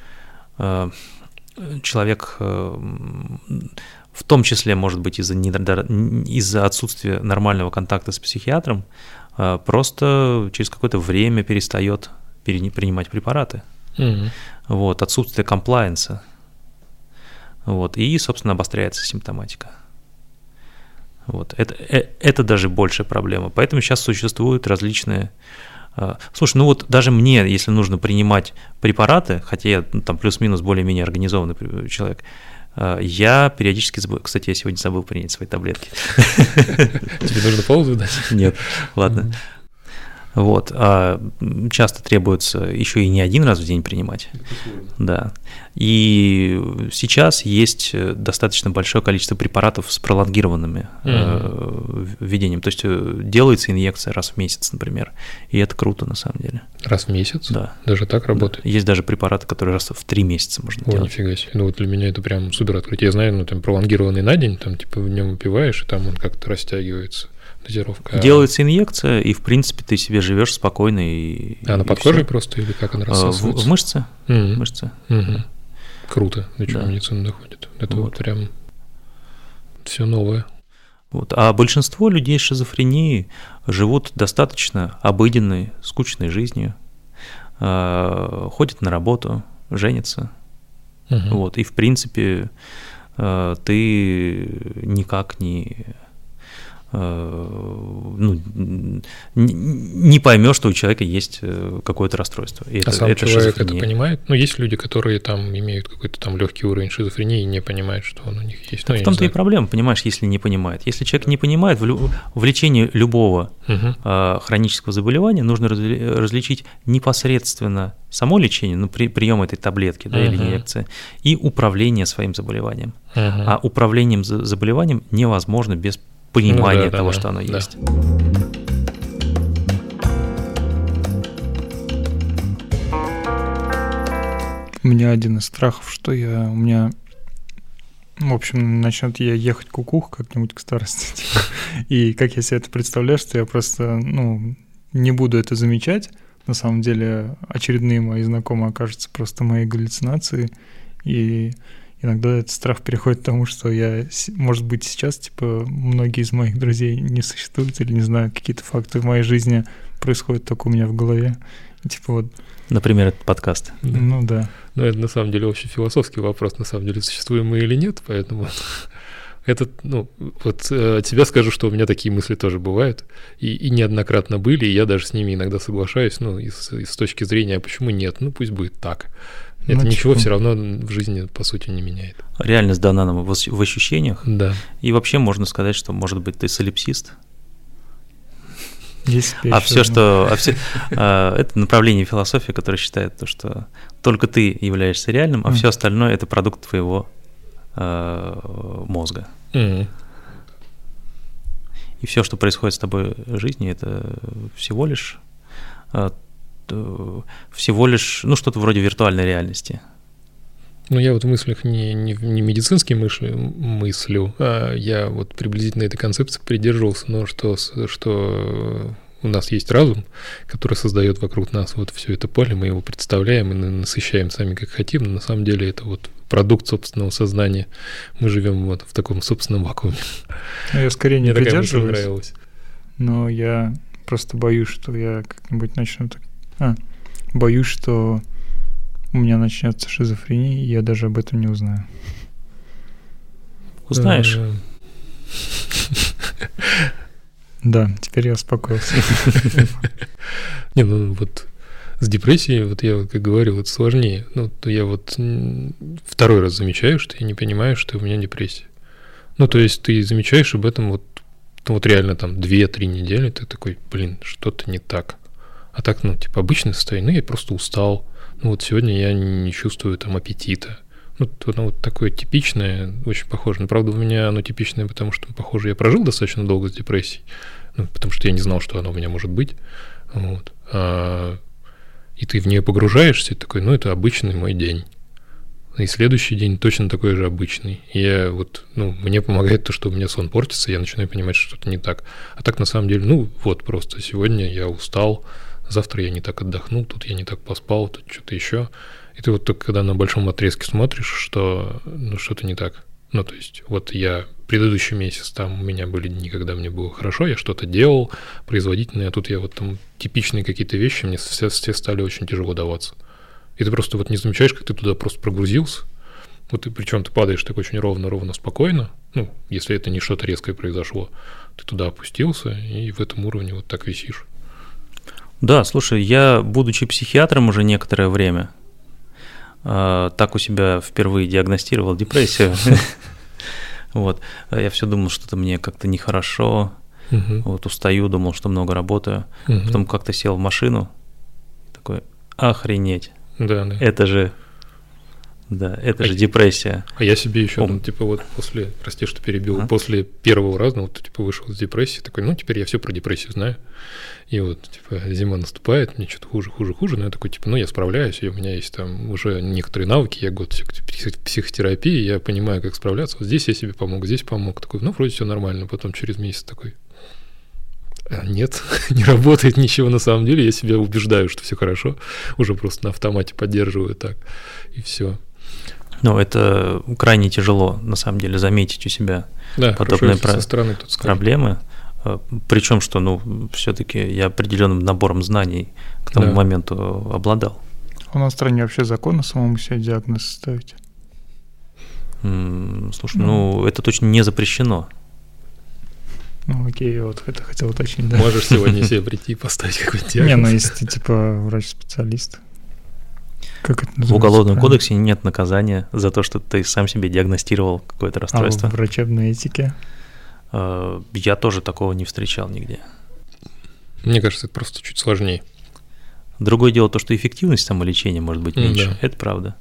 человек, в том числе, может быть, из-за отсутствия нормального контакта с психиатром, просто через какое-то время перестает принимать препараты. Вот, отсутствие комплаенса. Вот, и, собственно, обостряется симптоматика. Вот, это даже большая проблема. Поэтому сейчас существуют различные... Слушай, даже мне, если нужно принимать препараты, хотя я там плюс-минус более-менее организованный человек, я периодически забыл. Кстати, я сегодня забыл принять свои таблетки. Тебе нужно паузу дать? Нет, ладно. Вот. А часто требуется еще и не один раз в день принимать. Да. И сейчас есть достаточно большое количество препаратов с пролонгированными введением. То есть делается инъекция раз в месяц, например. И это круто на самом деле. Раз в месяц? Да. Даже так работает? Да. Есть даже препараты, которые раз в 3 месяца можно делать. Нифига себе. Ну вот для меня это прям супер открытие. Я знаю, ну там пролонгированный на день, там типа в нем выпиваешь, и там он как-то растягивается. Дозировка. Делается инъекция, и в принципе ты себе живешь спокойно. Она под кожей просто или как она рассасывается? В мышце. Мышцы. Да. Круто, до чего медицина доходит. Это вот прям все новое. Вот. А большинство людей с шизофренией живут достаточно обыденной, скучной жизнью, ходят на работу, женятся. Вот. И в принципе ты никак не поймешь, что у человека есть какое-то расстройство. И сам человек это понимает? Ну, есть люди, которые там имеют какой-то там легкий уровень шизофрении и не понимают, что он у них есть. В том-то и проблема, понимаешь, если не понимает. Если человек не понимает, в лечении любого хронического заболевания нужно различить непосредственно само лечение, ну, прием этой таблетки, да, или инъекции, и управление своим заболеванием. А управлением заболеванием невозможно без понимание того, что оно есть. У меня один из страхов, что у меня, в общем, начнет я ехать кукух как-нибудь к старости. И как я себе это представляю, что я просто, не буду это замечать. На самом деле очередные мои знакомые окажутся просто моей галлюцинацией. И иногда этот страх переходит к тому, что может быть, сейчас, многие из моих друзей не существуют, или, не знаю, какие-то факты в моей жизни происходят только у меня в голове. Например, этот подкаст. Ну, да. Но это, на самом деле, очень философский вопрос, на самом деле, существуем мы или нет, поэтому тебе скажу, что у меня такие мысли тоже бывают, и неоднократно были, и я даже с ними иногда соглашаюсь, с точки зрения, почему нет, пусть будет так. Это ничего все равно в жизни, по сути, не меняет. Реальность дана нам в ощущениях. Да. И вообще можно сказать, что, может быть, ты солипсист. Это направление философии, которое считает, что только ты являешься реальным, а все остальное – это продукт твоего мозга. И все, что происходит с тобой в жизни, это всего лишь что-то вроде виртуальной реальности. Я в мыслях не медицинские мыслю, а я приблизительно этой концепции придерживался, но что у нас есть разум, который создает вокруг нас все это поле, мы его представляем и насыщаем сами как хотим, но на самом деле это продукт собственного сознания. Мы живем в таком собственном вакууме. Я скорее не придерживаюсь, но я просто боюсь, что я как-нибудь начну так... Боюсь, что у меня начнется шизофрения, и я даже об этом не узнаю. Узнаешь? Да, теперь я успокоился. С депрессией, я как говорил, это сложнее. Я второй раз замечаю, что я не понимаю, что у меня депрессия. То есть ты замечаешь об этом реально 2-3 недели, ты такой, что-то не так. А так, обычное состояние, я просто устал. Сегодня я не чувствую аппетита. Оно такое типичное, очень похоже. Но, правда, у меня оно типичное, потому что, похоже, я прожил достаточно долго с депрессией. Потому что я не знал, что оно у меня может быть. И ты в нее погружаешься, и такой, это обычный мой день. И следующий день точно такой же обычный. И мне помогает то, что у меня сон портится, я начинаю понимать, что что-то не так. А так, на самом деле, просто сегодня я устал, завтра я не так отдохнул, тут я не так поспал, тут что-то еще. И ты только когда на большом отрезке смотришь, что что-то не так. То есть я предыдущий месяц, там у меня были дни, когда мне было хорошо, я что-то делал производительное, а тут я типичные какие-то вещи мне все стали очень тяжело даваться. И ты просто не замечаешь, как ты туда просто прогрузился. Причем ты падаешь так очень ровно, спокойно. Если это не что-то резкое произошло, ты туда опустился и в этом уровне так висишь. Да, слушай, я, будучи психиатром уже некоторое время, так у себя впервые диагностировал депрессию. Я все думал, что-то мне как-то нехорошо. Вот устаю, думал, что много работаю. Потом как-то сел в машину, такой, охренеть. Да. Это же депрессия. А я себе еще, вот после, прости, что перебил, после первого раза, вот, вышел из депрессии, такой, теперь я все про депрессию знаю. И вот, зима наступает, мне что-то хуже, но я такой, я справляюсь, и у меня есть там уже некоторые навыки, я год психотерапии, я понимаю, как справляться. Вот здесь я себе помог, здесь помог. Такой, вроде все нормально. Потом через месяц такой, нет, не работает ничего на самом деле, я себя убеждаю, что все хорошо, уже просто на автомате поддерживаю так, и все. Это крайне тяжело, на самом деле, заметить у себя подобные проблемы. Причем, что, все-таки я определенным набором знаний к тому моменту обладал. У нас в стране вообще законно самому себе диагноз ставить? Слушай, это точно не запрещено. Окей, вот это хотел уточнить, да. Можешь сегодня себе прийти и поставить какой-нибудь диагноз. Если ты, врач-специалист. Как это называется? В Уголовном кодексе нет наказания за то, что ты сам себе диагностировал какое-то расстройство. А в врачебной этике? Я тоже такого не встречал нигде. Мне кажется, это просто чуть сложнее. Другое дело то, что эффективность самолечения может быть меньше. Да. Это правда.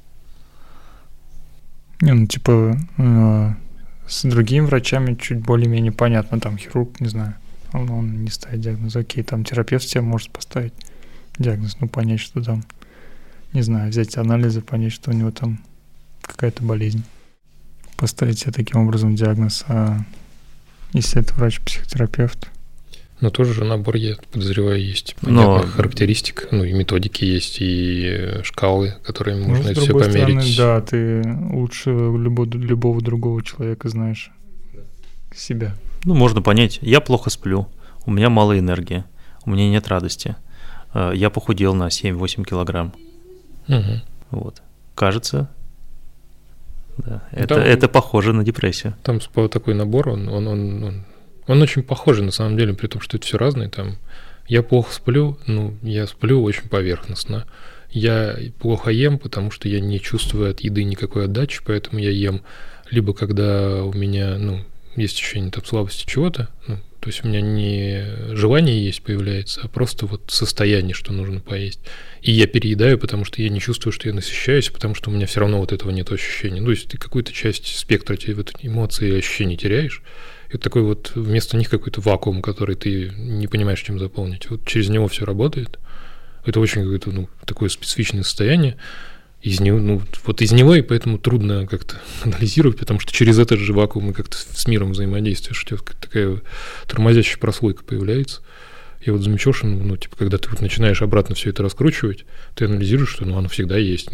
С другими врачами чуть более-менее понятно. Там хирург, не знаю, он не ставит диагноз. Окей, там терапевт себе может поставить диагноз, понять, что там, не знаю, взять анализы, понять, что у него там какая-то болезнь. Поставить себе таким образом диагноз. А если это врач-психотерапевт? Но тоже же набор, я подозреваю, есть понятных характеристик, и методики есть, и шкалы, которыми можно это все померить. Да, ты лучше любого другого человека знаешь себя. Можно понять, я плохо сплю, у меня мало энергии, у меня нет радости, я похудел на 7-8 килограмм. Вот. Кажется, да, это похоже на депрессию. Там такой набор, он очень похожий, на самом деле, при том, что это все разное. Там я плохо сплю, я сплю очень поверхностно. Я плохо ем, потому что я не чувствую от еды никакой отдачи, поэтому я ем либо когда у меня, есть ощущение слабости чего-то, то есть у меня не желание есть появляется, а просто состояние, что нужно поесть. И я переедаю, потому что я не чувствую, что я насыщаюсь, потому что у меня все равно этого нет ощущения. То есть ты какую-то часть спектра эмоций и ощущений теряешь. Это такой вместо них какой-то вакуум, который ты не понимаешь, чем заполнить. Через него все работает. Это очень какое-то такое специфичное состояние. Из него и поэтому трудно как-то анализировать, потому что через этот же вакуум мы как-то с миром взаимодействуешь, у тебя такая тормозящая прослойка появляется. Я замечал, что, когда ты начинаешь обратно все это раскручивать, ты анализируешь, что оно всегда есть.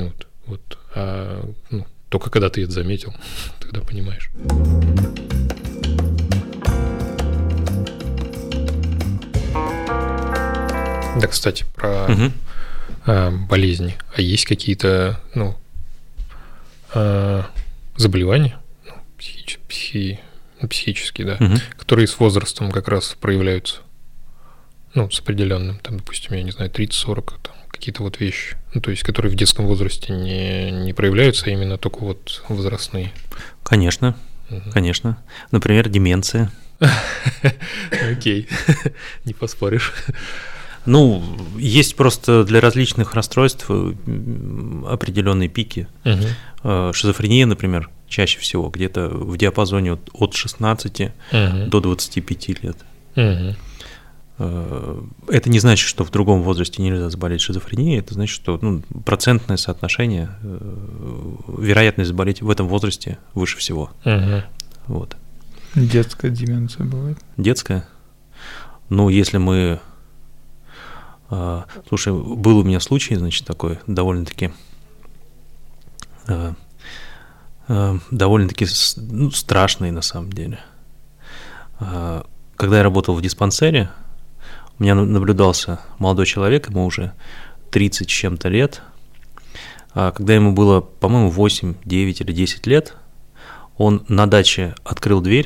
Только когда ты это заметил, тогда понимаешь. Да, кстати, про болезни. А есть какие-то заболевания, психические, да, которые с возрастом как раз проявляются, с определенным, допустим, я не знаю, 30-40, какие-то вещи, то есть которые в детском возрасте не проявляются, а именно только возрастные. Конечно, конечно. Например, деменция. Окей, не поспоришь. Есть просто для различных расстройств определенные пики. Шизофрения, например, чаще всего где-то в диапазоне от 16 до 25 лет. Это не значит, что в другом возрасте нельзя заболеть шизофренией, это значит, что процентное соотношение, вероятность заболеть в этом возрасте выше всего. Вот. Детская деменция бывает? Детская? Если мы... Слушай, был у меня случай, такой довольно-таки страшный на самом деле. Когда я работал в диспансере, у меня наблюдался молодой человек, ему уже 30 с чем-то лет. Когда ему было, по-моему, 8, 9 или 10 лет, он на даче открыл дверь,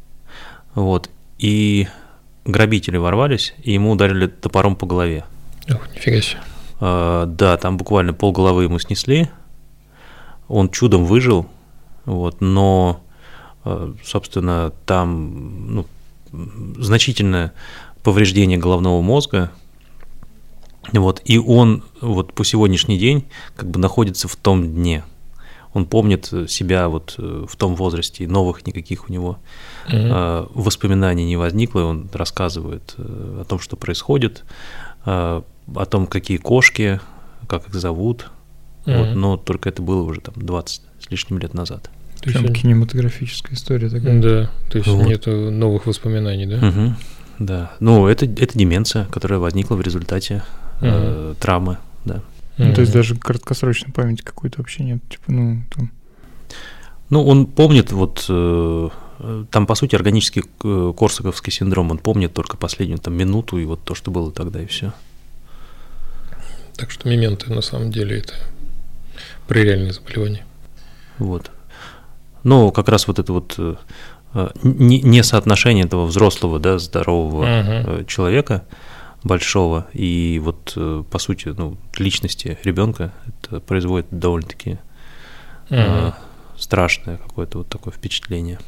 и грабители ворвались, и ему ударили топором по голове. Ох, нифига себе. Да, там буквально полголовы ему снесли. Он чудом выжил, но, собственно, там значительное повреждение головного мозга, вот, и он вот по сегодняшний день как бы находится в том дне. Он помнит себя вот в том возрасте, и новых никаких у него воспоминаний не возникло, и он рассказывает о том, что происходит, о том, какие кошки, как их зовут, вот, но только это было уже там 20 с лишним лет назад. Прям кинематографическая история такая. Да, то есть нету новых воспоминаний, да? Да, ну это деменция, которая возникла в результате травмы, да. Ну, то есть даже краткосрочной памяти какой-то вообще нет, типа, ну, там... Ну, он помнит вот, там, по сути, органический корсаковский синдром, он помнит только последнюю там минуту и вот то, что было тогда, и все. Так что мементо, на самом деле, это про реальные заболевания. Вот. Но как раз вот это вот несоотношение этого взрослого, да, здорового человека, большого, и вот, по сути, ну, личности ребенка, это производит довольно-таки страшное какое-то вот такое впечатление.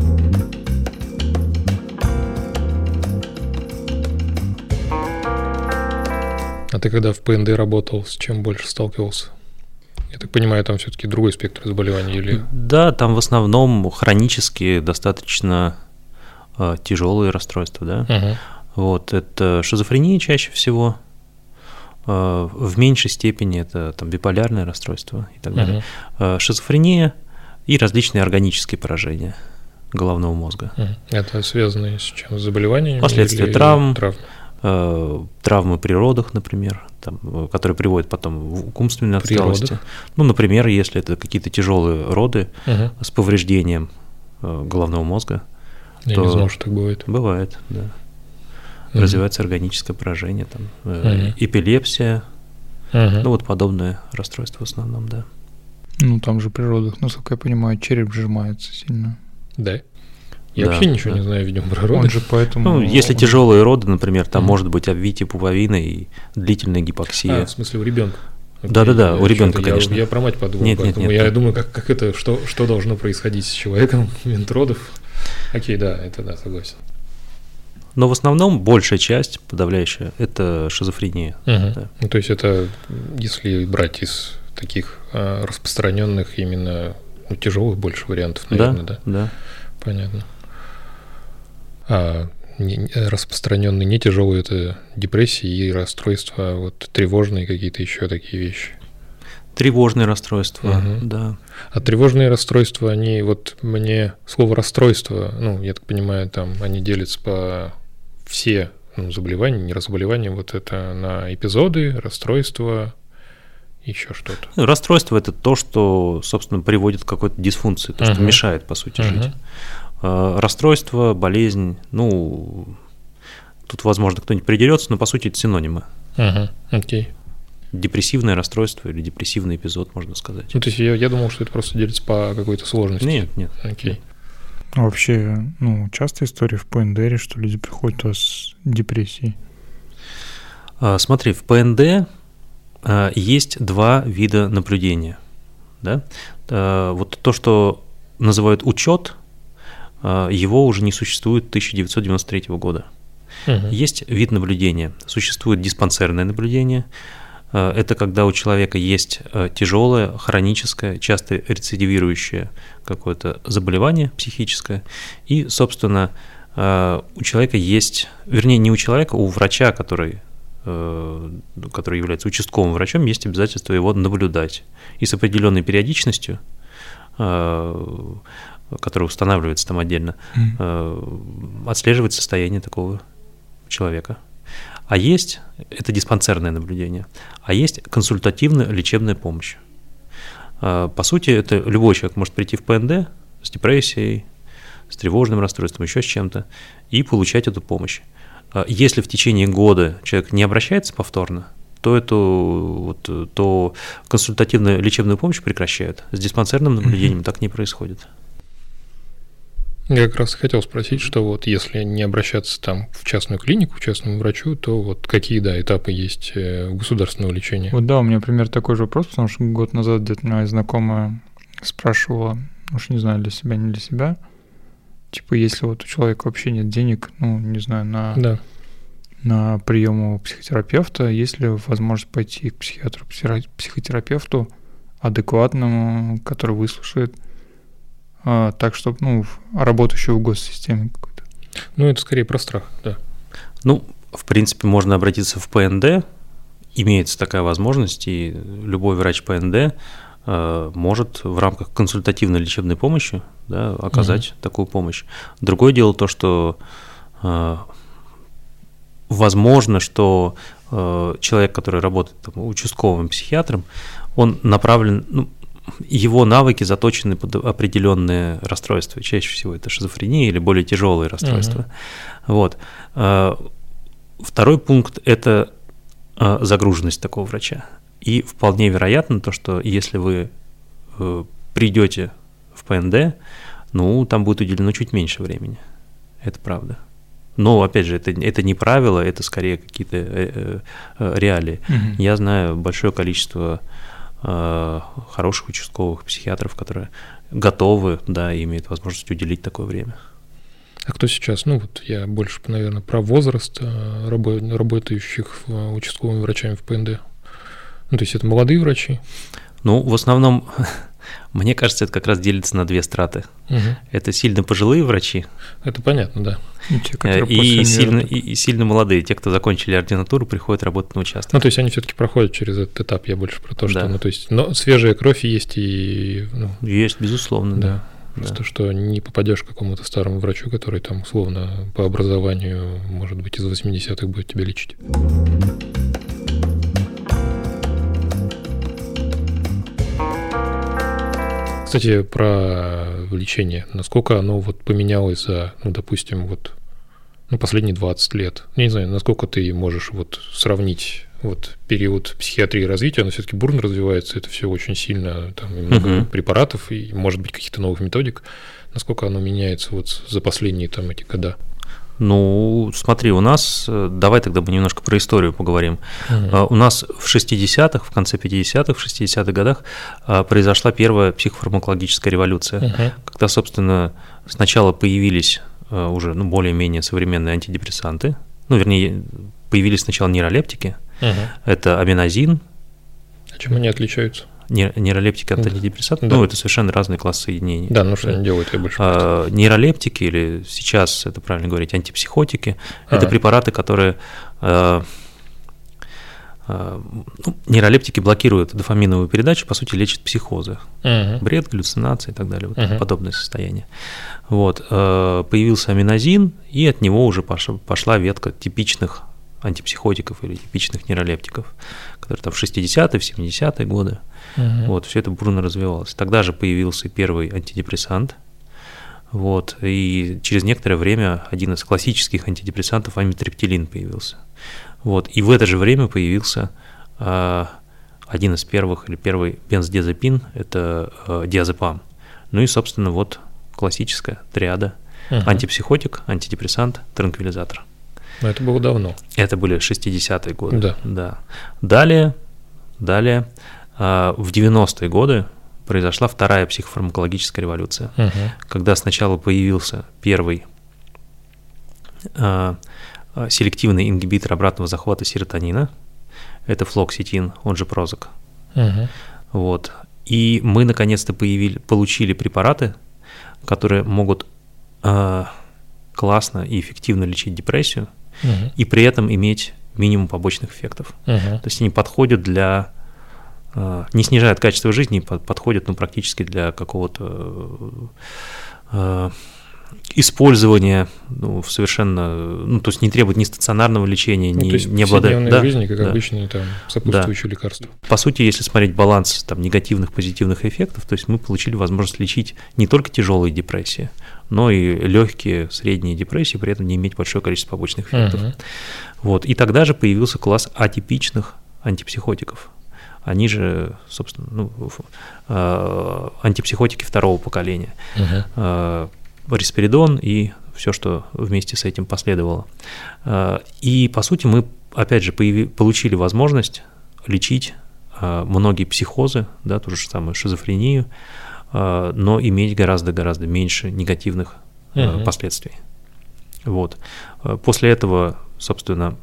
А ты когда в ПНД работал, с чем больше сталкивался? Я так понимаю, там все-таки другой спектр заболеваний или... Да, там в основном хронические, достаточно тяжелые расстройства, да. Вот, это шизофрения чаще всего, в меньшей степени это там биполярное расстройство и так далее. Шизофрения и различные органические поражения головного мозга. Это связано с чем? С заболеваниями? Последствия травм, травмы при родах, например, там, которые приводят потом к умственной отсталости. Ну, например, если это какие-то тяжелые роды с повреждением головного мозга. Я не знал, что так бывает. Бывает, да. Развивается органическое поражение, там, эпилепсия, ну вот подобное расстройство в основном, да. Ну там же при родах, насколько я понимаю, череп сжимается сильно. Да? Я вообще ничего не знаю, видимо, про роды. Он же поэтому... Ну, если тяжелые роды, например, там может быть обвитие пуповины и длительная гипоксия. В смысле у ребенка? Да-да-да, у ребенка, конечно. Я про мать подумал, поэтому я думаю, как это, что должно происходить с человеком в момент родов. Окей, да, это да, согласен. Но в основном большая часть, подавляющая, это шизофрения. Да. Ну, то есть это, если брать из таких распространенных именно тяжелых больше вариантов, наверное, да? Да. Понятно. А распространенные не тяжелые это депрессии и расстройства, вот тревожные какие-то еще такие вещи. Тревожные расстройства, да. А тревожные расстройства, они вот мне слово расстройство, ну, я так понимаю, там они делятся по все заболевания, не заболевания, вот это на эпизоды, расстройства, еще что-то. Расстройство – это то, что, собственно, приводит к какой-то дисфункции, то, что мешает, по сути, жить. Расстройство, болезнь, ну, тут, возможно, кто-нибудь придерется, но, по сути, это синонимы. Окей. Депрессивное расстройство или депрессивный эпизод, можно сказать. Ну, то есть я думал, что это просто делится по какой-то сложности. Нет. Окей. А вообще, ну, частая история в ПНД, что люди приходят у вас с депрессией? Смотри, в ПНД есть два вида наблюдения. Да? Вот то, что называют учет, его уже не существует 1993 года. Есть вид наблюдения. Существует диспансерное наблюдение. Это когда у человека есть тяжелое, хроническое, часто рецидивирующее какое-то заболевание психическое. И, собственно, у человека есть, вернее, не у человека, у врача, который является участковым врачом, есть обязательство его наблюдать. И с определенной периодичностью, которая устанавливается там отдельно, отслеживать состояние такого человека. А есть, это диспансерное наблюдение, а есть консультативно-лечебная помощь. По сути, это любой человек может прийти в ПНД с депрессией, с тревожным расстройством, еще с чем-то, и получать эту помощь. Если в течение года человек не обращается повторно, то консультативную лечебную помощь прекращают. С диспансерным наблюдением так не происходит. Я как раз хотел спросить, что вот если не обращаться там в частную клинику, к частному врачу, то вот какие, этапы есть государственного лечения? Вот да, у меня, например, такой же вопрос, потому что год назад где-то моя знакомая спрашивала, уж не знаю, для себя, не для себя, типа, если вот у человека вообще нет денег, ну, не знаю, Да. на прием у психотерапевта, есть ли возможность пойти к психиатру, психотерапевту адекватному, который выслушает, так, чтобы, ну, работающего в госсистеме какой-то? Ну, это скорее про страх, да. Ну, в принципе, можно обратиться в ПНД, имеется такая возможность, и любой врач ПНД может в рамках консультативной лечебной помощи, да, оказать такую помощь. Другое дело то, что возможно, что человек, который работает там, участковым психиатром, он направлен, ну, его навыки заточены под определенные расстройства. Чаще всего это шизофрения или более тяжелые расстройства. Вот. Второй пункт – это загруженность такого врача. И вполне вероятно то, что если вы придете в ПНД, ну, там будет уделено чуть меньше времени. Это правда. Но, опять же, это не правило, это скорее какие-то реалии. Я знаю большое количество хороших участковых психиатров, которые готовы, да, и имеют возможность уделить такое время. А кто сейчас? Ну, вот я больше, наверное, про возраст работающих участковыми врачами в ПНД. Ну, то есть это молодые врачи? Ну, в основном, мне кажется, это как раз делится на две страты. Это сильно пожилые врачи. Это понятно, да. И сильно молодые. Те, кто закончили ординатуру, приходят работать на участок. Ну, то есть они все-таки проходят через этот этап. Я больше про то, что, ну, то есть, но свежая кровь есть и... Ну, есть, безусловно, да. Просто что не попадешь к какому-то старому врачу, который там, условно, по образованию, может быть, из 80-х будет тебя лечить. Кстати, про лечение. Насколько оно вот поменялось за, ну, допустим, вот, ну, последние 20 лет? Я не знаю, насколько ты можешь вот сравнить вот период психиатрии и развития, оно все-таки бурно развивается, это все очень сильно, там, и много препаратов, и, может быть, каких-то новых методик. Насколько оно меняется вот за последние там эти года? Ну, смотри, у нас, давай тогда мы немножко про историю поговорим. У нас в 60-х, в конце 50-х, в 60-х годах произошла первая психофармакологическая революция, когда, собственно, сначала появились уже, ну, более-менее современные антидепрессанты, ну, вернее, появились сначала нейролептики, это аминозин. А чем они отличаются? Нейролептики от антидепрессантов, ну, это совершенно разные классы соединений. Да, ну что они делают, я больше нейролептики, или сейчас это правильно говорить, антипсихотики, это препараты, которые... нейролептики блокируют дофаминовую передачу, по сути, лечат психозы, бред, галлюцинации и так далее, вот подобное состояние. Вот. Появился аминозин, и от него уже пошла ветка типичных антипсихотиков или типичных нейролептиков, которые там в 60-е, в 70-е годы. Вот, все это бурно развивалось. Тогда же появился первый антидепрессант. Вот, и через некоторое время один из классических антидепрессантов, амитриптилин, появился. Вот, и в это же время появился один из первых, или первый бензодиазепин, это диазепам. Ну и, собственно, вот классическая триада: антипсихотик, антидепрессант, транквилизатор. Но это было давно. Это были 60-е годы. Да. Далее, в 90-е годы произошла вторая психофармакологическая революция, когда сначала появился первый селективный ингибитор обратного захвата серотонина, это флоксетин, он же Прозак. Вот. И мы наконец-то получили препараты, которые могут классно и эффективно лечить депрессию, и при этом иметь минимум побочных эффектов. То есть они подходят для... не снижают качество жизни, подходят, ну, практически для какого-то использования, ну, совершенно... Ну, то есть не требуют ни стационарного лечения, ну, не обладают... Да, жизни, как обычные там сопутствующие лекарства. По сути, если смотреть баланс там негативных, позитивных эффектов, то есть мы получили возможность лечить не только тяжелые депрессии, но и легкие, средние депрессии, при этом не иметь большое количество побочных эффектов. Вот. И тогда же появился класс атипичных антипсихотиков. Они же, собственно, ну, антипсихотики второго поколения. Рисперидон и все, что вместе с этим последовало. И, по сути, мы, опять же, получили возможность лечить многие психозы, да, ту же самую шизофрению, но иметь гораздо-гораздо меньше негативных последствий. Вот. После этого, собственно,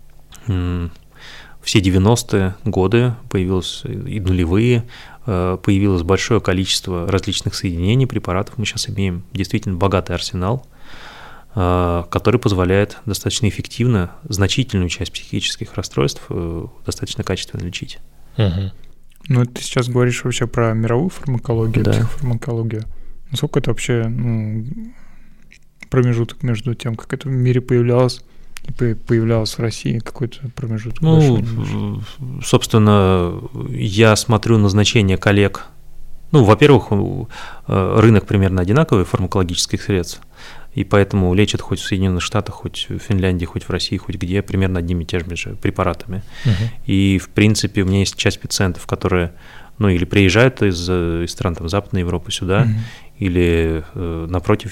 все 90-е годы появилось, и нулевые, появилось большое количество различных соединений, препаратов. Мы сейчас имеем действительно богатый арсенал, который позволяет достаточно эффективно значительную часть психических расстройств достаточно качественно лечить. Ну, ты сейчас говоришь вообще про мировую фармакологию, да. Психофармакологию. Насколько это вообще промежуток между тем, как это в мире появлялось и появлялось в России, какой-то промежуток? Ну, собственно, я смотрю на значение коллег. Ну, во-первых, рынок примерно одинаковый фармакологических средств, и поэтому лечат хоть в Соединенных Штатах, хоть в Финляндии, хоть в России, хоть где, примерно одними и теми же препаратами. И, в принципе, у меня есть часть пациентов, которые, ну, или приезжают из стран там, Западной Европы сюда, или, напротив,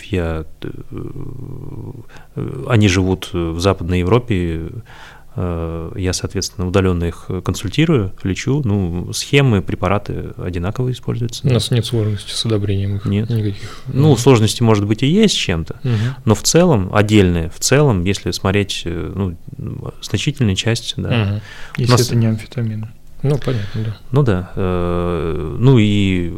они живут в Западной Европе, я, соответственно, удаленно их консультирую, лечу. Ну, схемы, препараты одинаково используются. У нас нет сложности с одобрением их? Нет. Никаких? Ну, сложности, может быть, и есть с чем-то, но в целом, отдельные, в целом, если смотреть, ну, значительная часть, да. Если это не амфетамин. Ну, понятно, да. Ну, да. Ну, и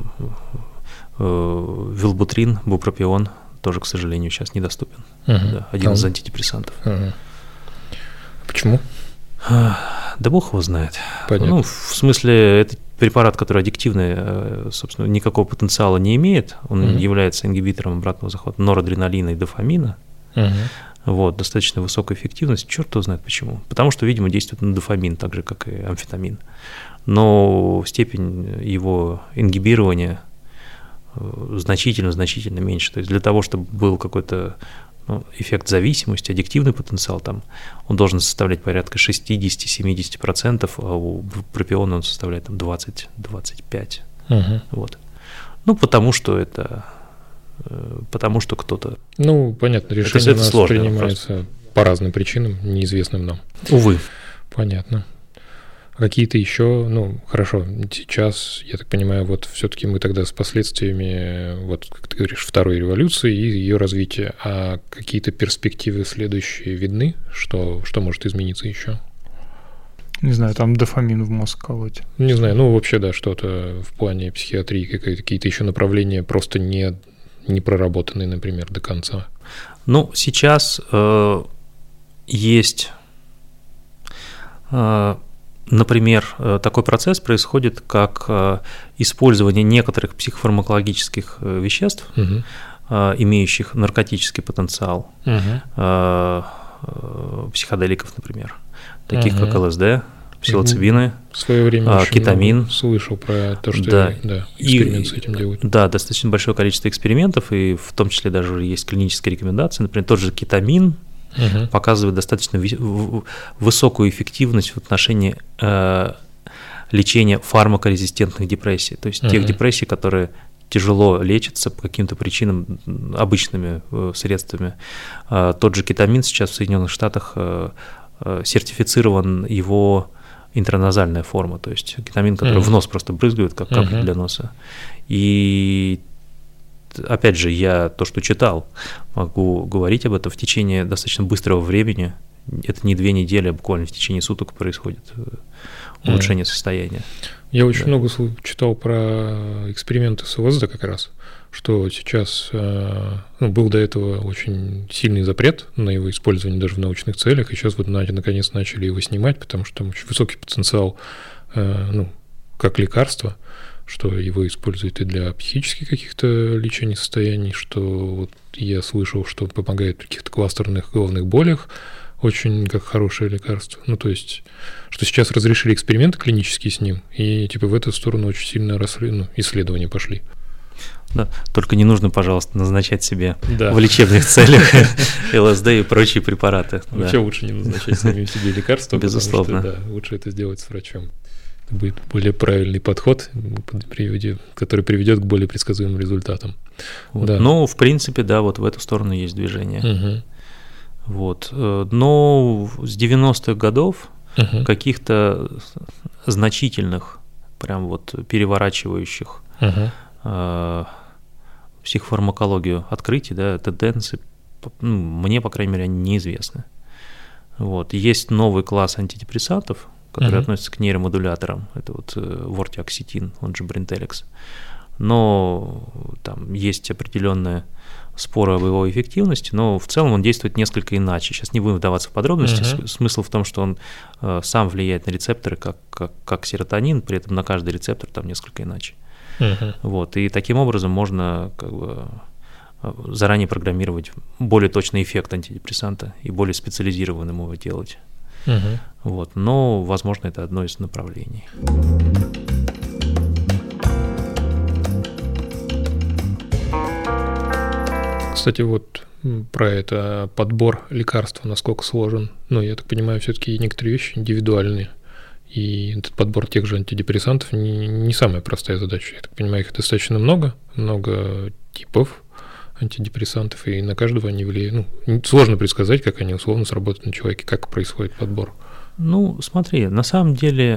вилбутрин, бупропион тоже, к сожалению, сейчас недоступен. Да, один из антидепрессантов. Почему? Да бог его знает. Понятно. Ну, в смысле, это препарат, который аддиктивный, собственно, никакого потенциала не имеет. Он является ингибитором обратного захвата норадреналина и дофамина. Вот, достаточно высокая эффективность. Черт его знает почему. Потому что, видимо, действует на дофамин, так же, как и амфетамин. Но степень его ингибирования значительно меньше. То есть для того, чтобы был какой-то эффект зависимости, аддиктивный потенциал, там, он должен составлять порядка 60-70%, а у пропиона он составляет там, 20-25%. Вот. Ну, потому что кто-то... Ну, понятно, решение это у нас сложно, принимается просто по разным причинам, неизвестным нам. Увы. Понятно. Какие-то еще, ну, хорошо, сейчас, я так понимаю, вот все-таки мы тогда с последствиями, вот, как ты говоришь, второй революции и ее развития, а какие-то перспективы следующие видны? Что может измениться еще? Не знаю, там дофамин в мозг колоть. Не знаю, ну, вообще, да, что-то в плане психиатрии, какие-то еще направления просто не проработанные, например, до конца. Ну, сейчас есть... Например, такой процесс происходит, как использование некоторых психофармакологических веществ, имеющих наркотический потенциал, психоделиков, например, таких как ЛСД, псилоцибины, в свое время кетамин. Слышал про то, что эксперимент с этим делают. Да, достаточно большое количество экспериментов, и в том числе даже есть клинические рекомендации. Например, тот же кетамин показывает достаточно высокую эффективность в отношении лечения фармакорезистентных депрессий, то есть тех депрессий, которые тяжело лечатся по каким-то причинам обычными средствами. Тот же кетамин сейчас в Соединенных Штатах сертифицирован его интраназальная форма, то есть кетамин, который в нос просто брызгают, как капли для носа. И опять же, я то, что читал, могу говорить об этом в течение достаточно быстрого времени. Это не 2 недели, а буквально в течение суток происходит улучшение состояния. Я очень много читал про эксперименты с ЛСД как раз, что сейчас был до этого очень сильный запрет на его использование даже в научных целях, и сейчас вот наконец начали его снимать, потому что там очень высокий потенциал, как лекарство, что его используют и для психических каких-то лечений состояний, что вот я слышал, что помогает при каких-то кластерных головных болях, очень как хорошее лекарство. Ну, то есть, что сейчас разрешили эксперименты клинические с ним, и типа в эту сторону очень сильно исследования пошли. Да, только не нужно, пожалуйста, назначать себе в лечебных целях ЛСД и прочие препараты. Вообще лучше не назначать самим себе лекарства, безусловно. Потому что, лучше это сделать с врачом. Это будет более правильный подход, который приведет к более предсказуемым результатам. Вот. Да. Ну, в принципе, да, вот в эту сторону есть движение. Вот. Но с 90-х годов каких-то значительных, прям вот переворачивающих психофармакологию открытий, да, тенденций, мне, по крайней мере, они неизвестны. Вот. Есть новый класс антидепрессантов, который относится к нейромодуляторам. Это вот вортиоксетин, он же Бринтеликс. Но там есть определенные споры об его эффективности, но в целом он действует несколько иначе. Сейчас не будем вдаваться в подробности. Смысл в том, что он сам влияет на рецепторы, как серотонин, при этом на каждый рецептор там несколько иначе. Вот. И таким образом можно как бы заранее программировать более точный эффект антидепрессанта и более специализированным его делать. Вот. Но, возможно, это одно из направлений. Кстати, вот про это подбор лекарства, насколько сложен. Ну, я так понимаю, все-таки некоторые вещи индивидуальные. И этот подбор тех же антидепрессантов не самая простая задача. Я так понимаю, их достаточно много типов антидепрессантов, и на каждого они влияют. Ну, сложно предсказать, как они условно сработают на человеке, как происходит подбор. Ну, смотри, на самом деле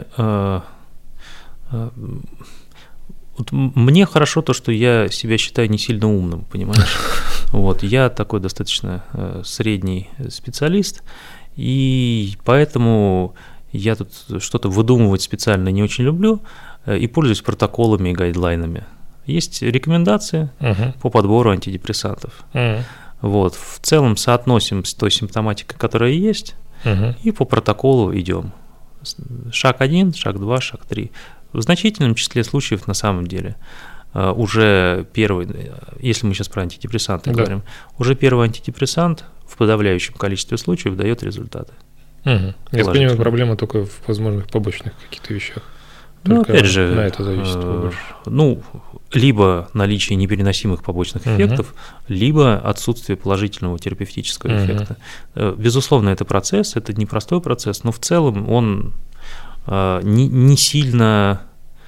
вот мне хорошо то, что я себя считаю не сильно умным, понимаешь? Вот, я такой достаточно средний специалист, и поэтому я тут что-то выдумывать специально не очень люблю и пользуюсь протоколами и гайдлайнами. Есть рекомендации по подбору антидепрессантов. Вот, в целом соотносим с той симптоматикой, которая есть, и по протоколу идем. Шаг 1, шаг 2, шаг 3. В значительном числе случаев на самом деле уже первый, если мы сейчас про антидепрессанты говорим, уже первый антидепрессант в подавляющем количестве случаев дает результаты. Я понимаю, проблема только в возможных побочных каких-то вещах. Ну, опять же, на это зависит. Либо наличие непереносимых побочных эффектов, либо отсутствие положительного терапевтического эффекта. Безусловно, это процесс, это непростой процесс, но в целом он не сильно,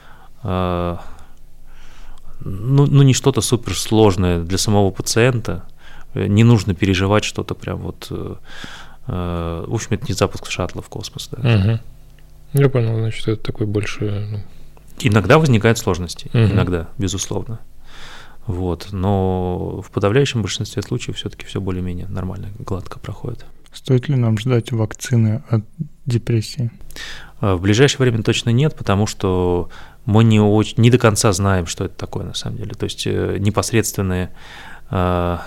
не что-то суперсложное для самого пациента, не нужно переживать что-то прям вот, в общем, это не запуск шаттла в космос. Да. Я понял, значит, это такой больше... Иногда возникают сложности, иногда, безусловно. Вот, но в подавляющем большинстве случаев все-таки все более-менее нормально, гладко проходит. Стоит ли нам ждать вакцины от депрессии? В ближайшее время точно нет, потому что мы не до конца знаем, что это такое на самом деле. То есть непосредственные... то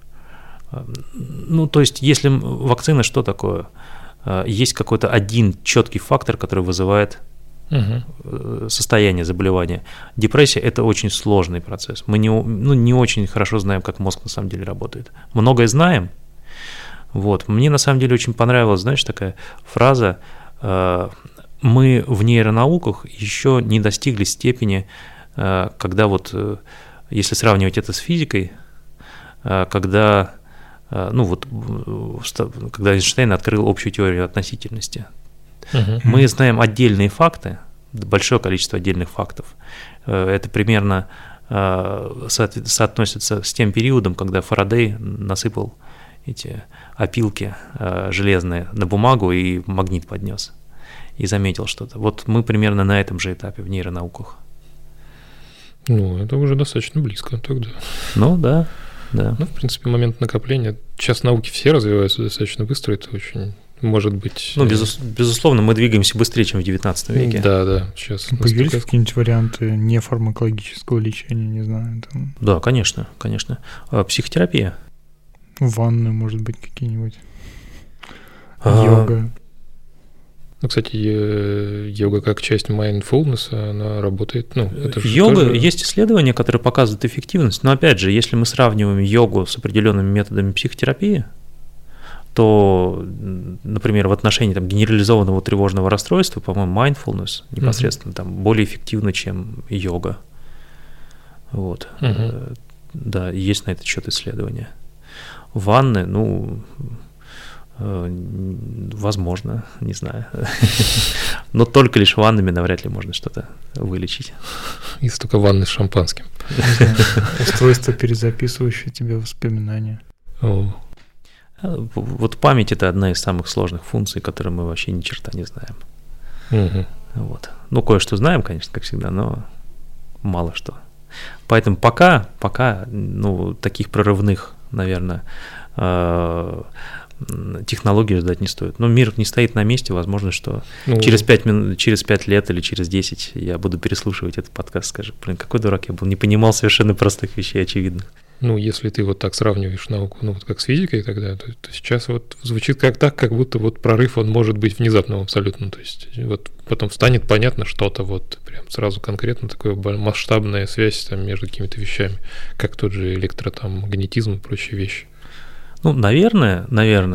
есть если вакцина, что такое? Есть какой-то один четкий фактор, который вызывает состояние заболевания. Депрессия – это очень сложный процесс. Мы не очень хорошо знаем, как мозг на самом деле работает. Многое знаем. Вот. Мне на самом деле очень понравилась, знаешь, такая фраза: мы в нейронауках еще не достигли степени, когда вот, если сравнивать это с физикой, когда Эйнштейн открыл общую теорию относительности. Мы знаем отдельные факты, большое количество отдельных фактов. Это примерно соотносится с тем периодом, когда Фарадей насыпал эти опилки железные на бумагу и магнит поднес и заметил что-то. Вот мы примерно на этом же этапе в нейронауках. Это уже достаточно близко тогда. Да. В принципе, момент накопления. Сейчас науки все развиваются достаточно быстро, это очень может быть... безусловно, мы двигаемся быстрее, чем в 19 веке. Да. Сейчас появились какие-нибудь варианты нефармакологического лечения, не знаю? Там... Да, конечно. Психотерапия. Ванны, может быть, какие-нибудь. Йога. Кстати, йога как часть mindfulness, она работает. Йога, тоже... есть исследования, которые показывают эффективность, но опять же, если мы сравниваем йогу с определенными методами психотерапии, то, например, в отношении генерализованного тревожного расстройства, по-моему, mindfulness непосредственно там более эффективно, чем йога. Вот. Да, есть на этот счет исследования. Ванны, возможно, не знаю. Но только лишь ваннами навряд ли можно что-то вылечить. Если только ванны с шампанским. Устройство, перезаписывающее тебе воспоминания. Вот память – это одна из самых сложных функций, которые мы вообще ни черта не знаем. Вот. Кое-что знаем, конечно, как всегда, но мало что. Поэтому пока таких прорывных, наверное, технологий ждать не стоит. Но мир не стоит на месте, возможно, что через 5 лет или через 10 я буду переслушивать этот подкаст, скажу, блин, какой дурак я был, не понимал совершенно простых вещей, очевидных. Если ты вот так сравниваешь науку, как с физикой тогда, то сейчас вот звучит как будто вот прорыв, он может быть внезапным абсолютно, то есть вот потом станет понятно что-то вот прям сразу конкретно, такая масштабная связь там между какими-то вещами, как тот же магнетизм и прочие вещи. Наверное,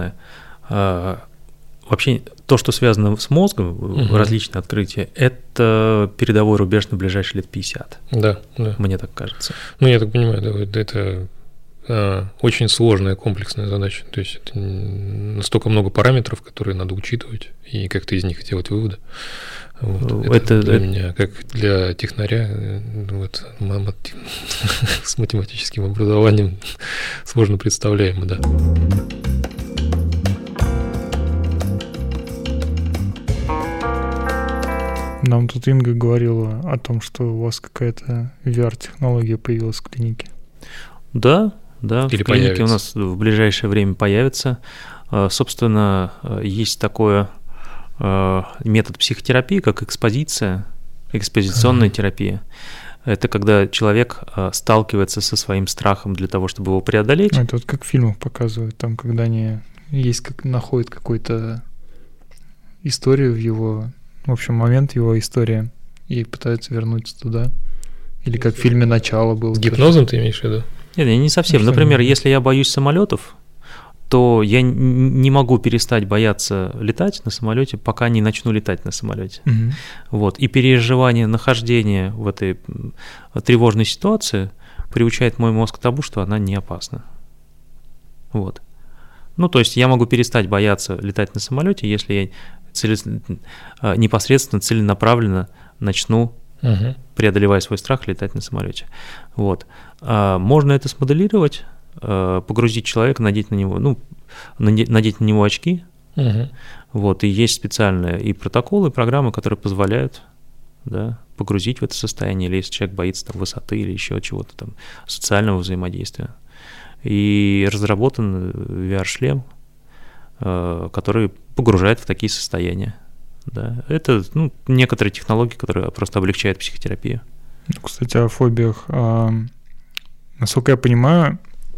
вообще то, что связано с мозгом, различные открытия, это передовой рубеж на ближайшие лет 50. Да. Мне так кажется. Я так понимаю, да, это очень сложная комплексная задача. То есть это настолько много параметров, которые надо учитывать, и как-то из них делать выводы. Это для меня, как для технаря, с математическим образованием сложно представляемо, да. Нам тут Инга говорила о том, что у вас какая-то VR-технология появилась в клинике. Да, или в клинике у нас в ближайшее время появится. Собственно, есть такой метод психотерапии, как экспозиционная терапия. Это когда человек сталкивается со своим страхом для того, чтобы его преодолеть. Это вот как в фильмах показывают, там, когда они находят какую-то историю в его... В общем, момент его истории, и пытаются вернуться туда. Или как в фильме «Начало» было. С гипнозом ты имеешь в виду? Нет, не совсем. Например, если я боюсь самолетов, то я не могу перестать бояться летать на самолете, пока не начну летать на самолете. И переживание нахождения в этой тревожной ситуации приучает мой мозг к тому, что она не опасна. То есть я могу перестать бояться летать на самолете, если я непосредственно, целенаправленно начну, преодолевая свой страх, летать на самолете. Можно это смоделировать, погрузить человека, надеть на него очки. И есть специальные и протоколы, и программы, которые позволяют погрузить в это состояние, или если человек боится высоты или еще чего-то социального взаимодействия. И разработан VR-шлем, который погружает в такие состояния. Да. Это некоторые технологии, которые просто облегчают психотерапию. Кстати, о фобиях. Насколько я понимаю,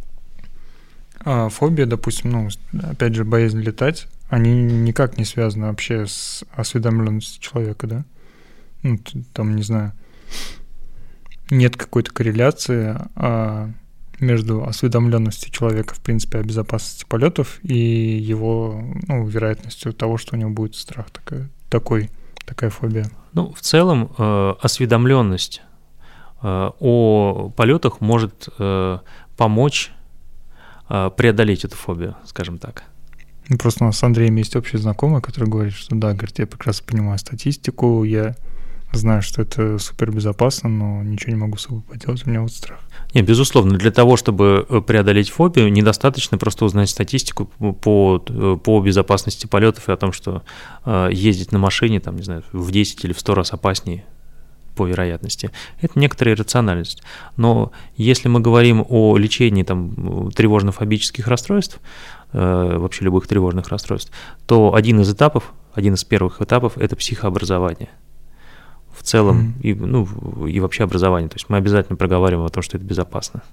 фобия, допустим, опять же, боязнь летать, они никак не связаны вообще с осведомленностью человека, да? Не знаю, нет какой-то корреляции между осведомленностью человека, в принципе, о безопасности полетов и его вероятностью того, что у него будет страх, такая фобия. В целом, осведомленность о полетах может помочь преодолеть эту фобию, скажем так. Просто у нас с Андреем есть общий знакомый, который говорит, что да, говорит, я прекрасно понимаю статистику, я знаю, что это супербезопасно, но ничего не могу с собой поделать, у меня страх. Нет, безусловно, для того, чтобы преодолеть фобию, недостаточно просто узнать статистику по безопасности полетов и о том, что ездить на машине, в 10 или в 100 раз опаснее по вероятности. Это некоторая рациональность. Но если мы говорим о лечении тревожно-фобических расстройств, вообще любых тревожных расстройств, то один из первых этапов – это психообразование. В целом, и вообще образование. То есть мы обязательно проговариваем о том, что это безопасно.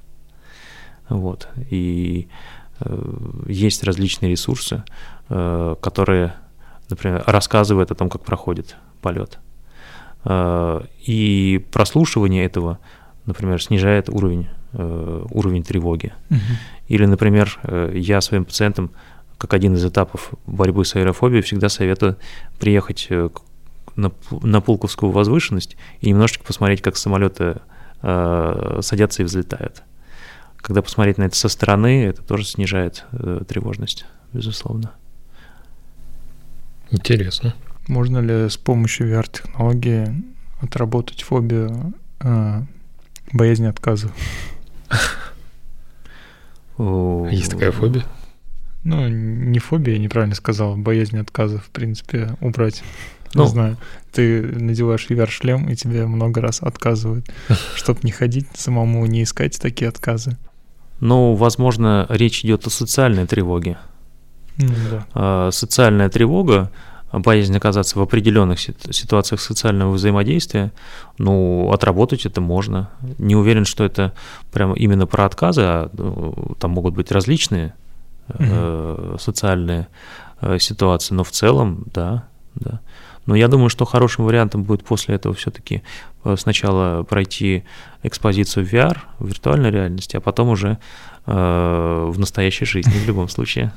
И есть различные ресурсы, которые, например, рассказывают о том, как проходит полет. И прослушивание этого, например, снижает уровень тревоги. Или, например, я своим пациентам, как один из этапов борьбы с аэрофобией, всегда советую приехать на Пулковскую возвышенность и немножечко посмотреть, как самолеты садятся и взлетают. Когда посмотреть на это со стороны, это тоже снижает тревожность, безусловно. Интересно. Можно ли с помощью VR-технологии отработать фобию боязни отказа? Есть такая фобия? Не фобия, я неправильно сказал, боязнь отказа, в принципе, убрать. Не знаю, ты надеваешь VR-шлем, и тебе много раз отказывают, чтобы не ходить самому, не искать такие отказы. Ну, возможно, речь идет о социальной тревоге. Да. Социальная тревога, боязнь оказаться в определенных ситуациях социального взаимодействия, ну, отработать это можно. Не уверен, что это прямо именно про отказы, а там могут быть различные социальные ситуации, но в целом, да. Но я думаю, что хорошим вариантом будет после этого все-таки сначала пройти экспозицию в VR, в виртуальной реальности, а потом уже в настоящей жизни в любом случае.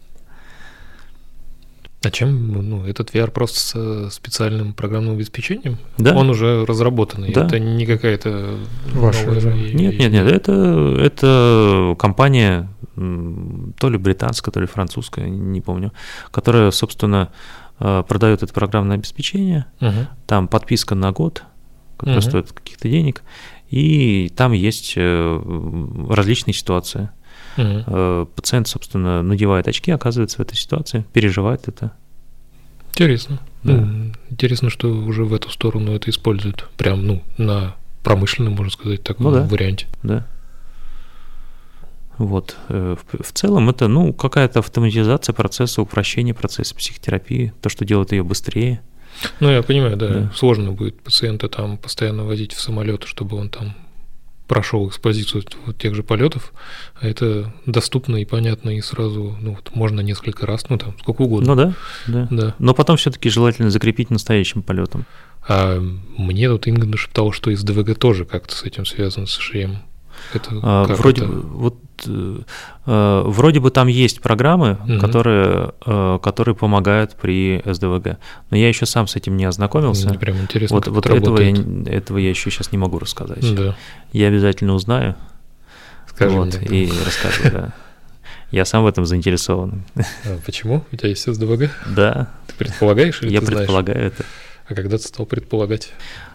А чем этот VR просто с специальным программным обеспечением? Да. Он уже разработанный, да. Это не какая-то... Ваша Нет, это компания, то ли британская, то ли французская, не помню, которая, собственно, продает это программное обеспечение, там подписка на год, которая стоит каких-то денег, и там есть различные ситуации. Пациент, собственно, надевает очки, оказывается в этой ситуации, переживает это. Интересно. Да. Интересно, что уже в эту сторону это используют. Прям, на промышленном, можно сказать, таком варианте. Да. Вот. В целом это, какая-то автоматизация процесса, упрощение процесса психотерапии, то, что делает ее быстрее. Я понимаю, да. Сложно будет пациента там постоянно возить в самолет, чтобы он там прошел экспозицию тех же полетов, а это доступно и понятно, и сразу, можно несколько раз, сколько угодно. Да. Но потом все-таки желательно закрепить настоящим полетом. А мне тут Инга нашептала, что из ДВГ тоже как-то с этим связан, с ШМ. Вроде бы там есть программы, которые помогают при СДВГ, но я еще сам с этим не ознакомился. Мне прям интересно, вот этого я еще сейчас не могу рассказать. Да. Я обязательно узнаю. Скажи мне, и расскажу, да. Я сам в этом заинтересован. Почему? У тебя есть СДВГ? Да. Ты предполагаешь или я ты знаешь? Я предполагаю это. А когда ты стал предполагать?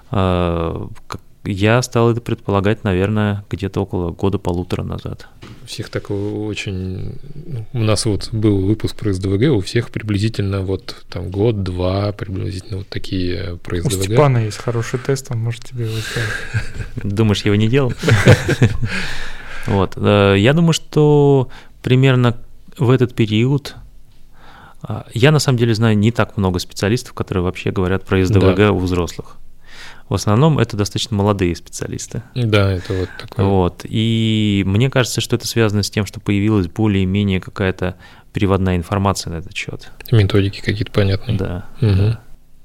Я стал это предполагать, наверное, где-то около года-полутора назад. У всех так очень... У нас был выпуск про СДВГ, у всех приблизительно год-два, приблизительно такие про СДВГ. У Степана есть хороший тест, он может тебе его ставить. Думаешь, я его не делал? Вот. Я думаю, что примерно в этот период... Я, на самом деле, знаю не так много специалистов, которые вообще говорят про СДВГ у взрослых. В основном это достаточно молодые специалисты. Да, это такое. И мне кажется, что это связано с тем, что появилась более-менее какая-то переводная информация на этот счет. Методики какие-то понятные. Да. Да.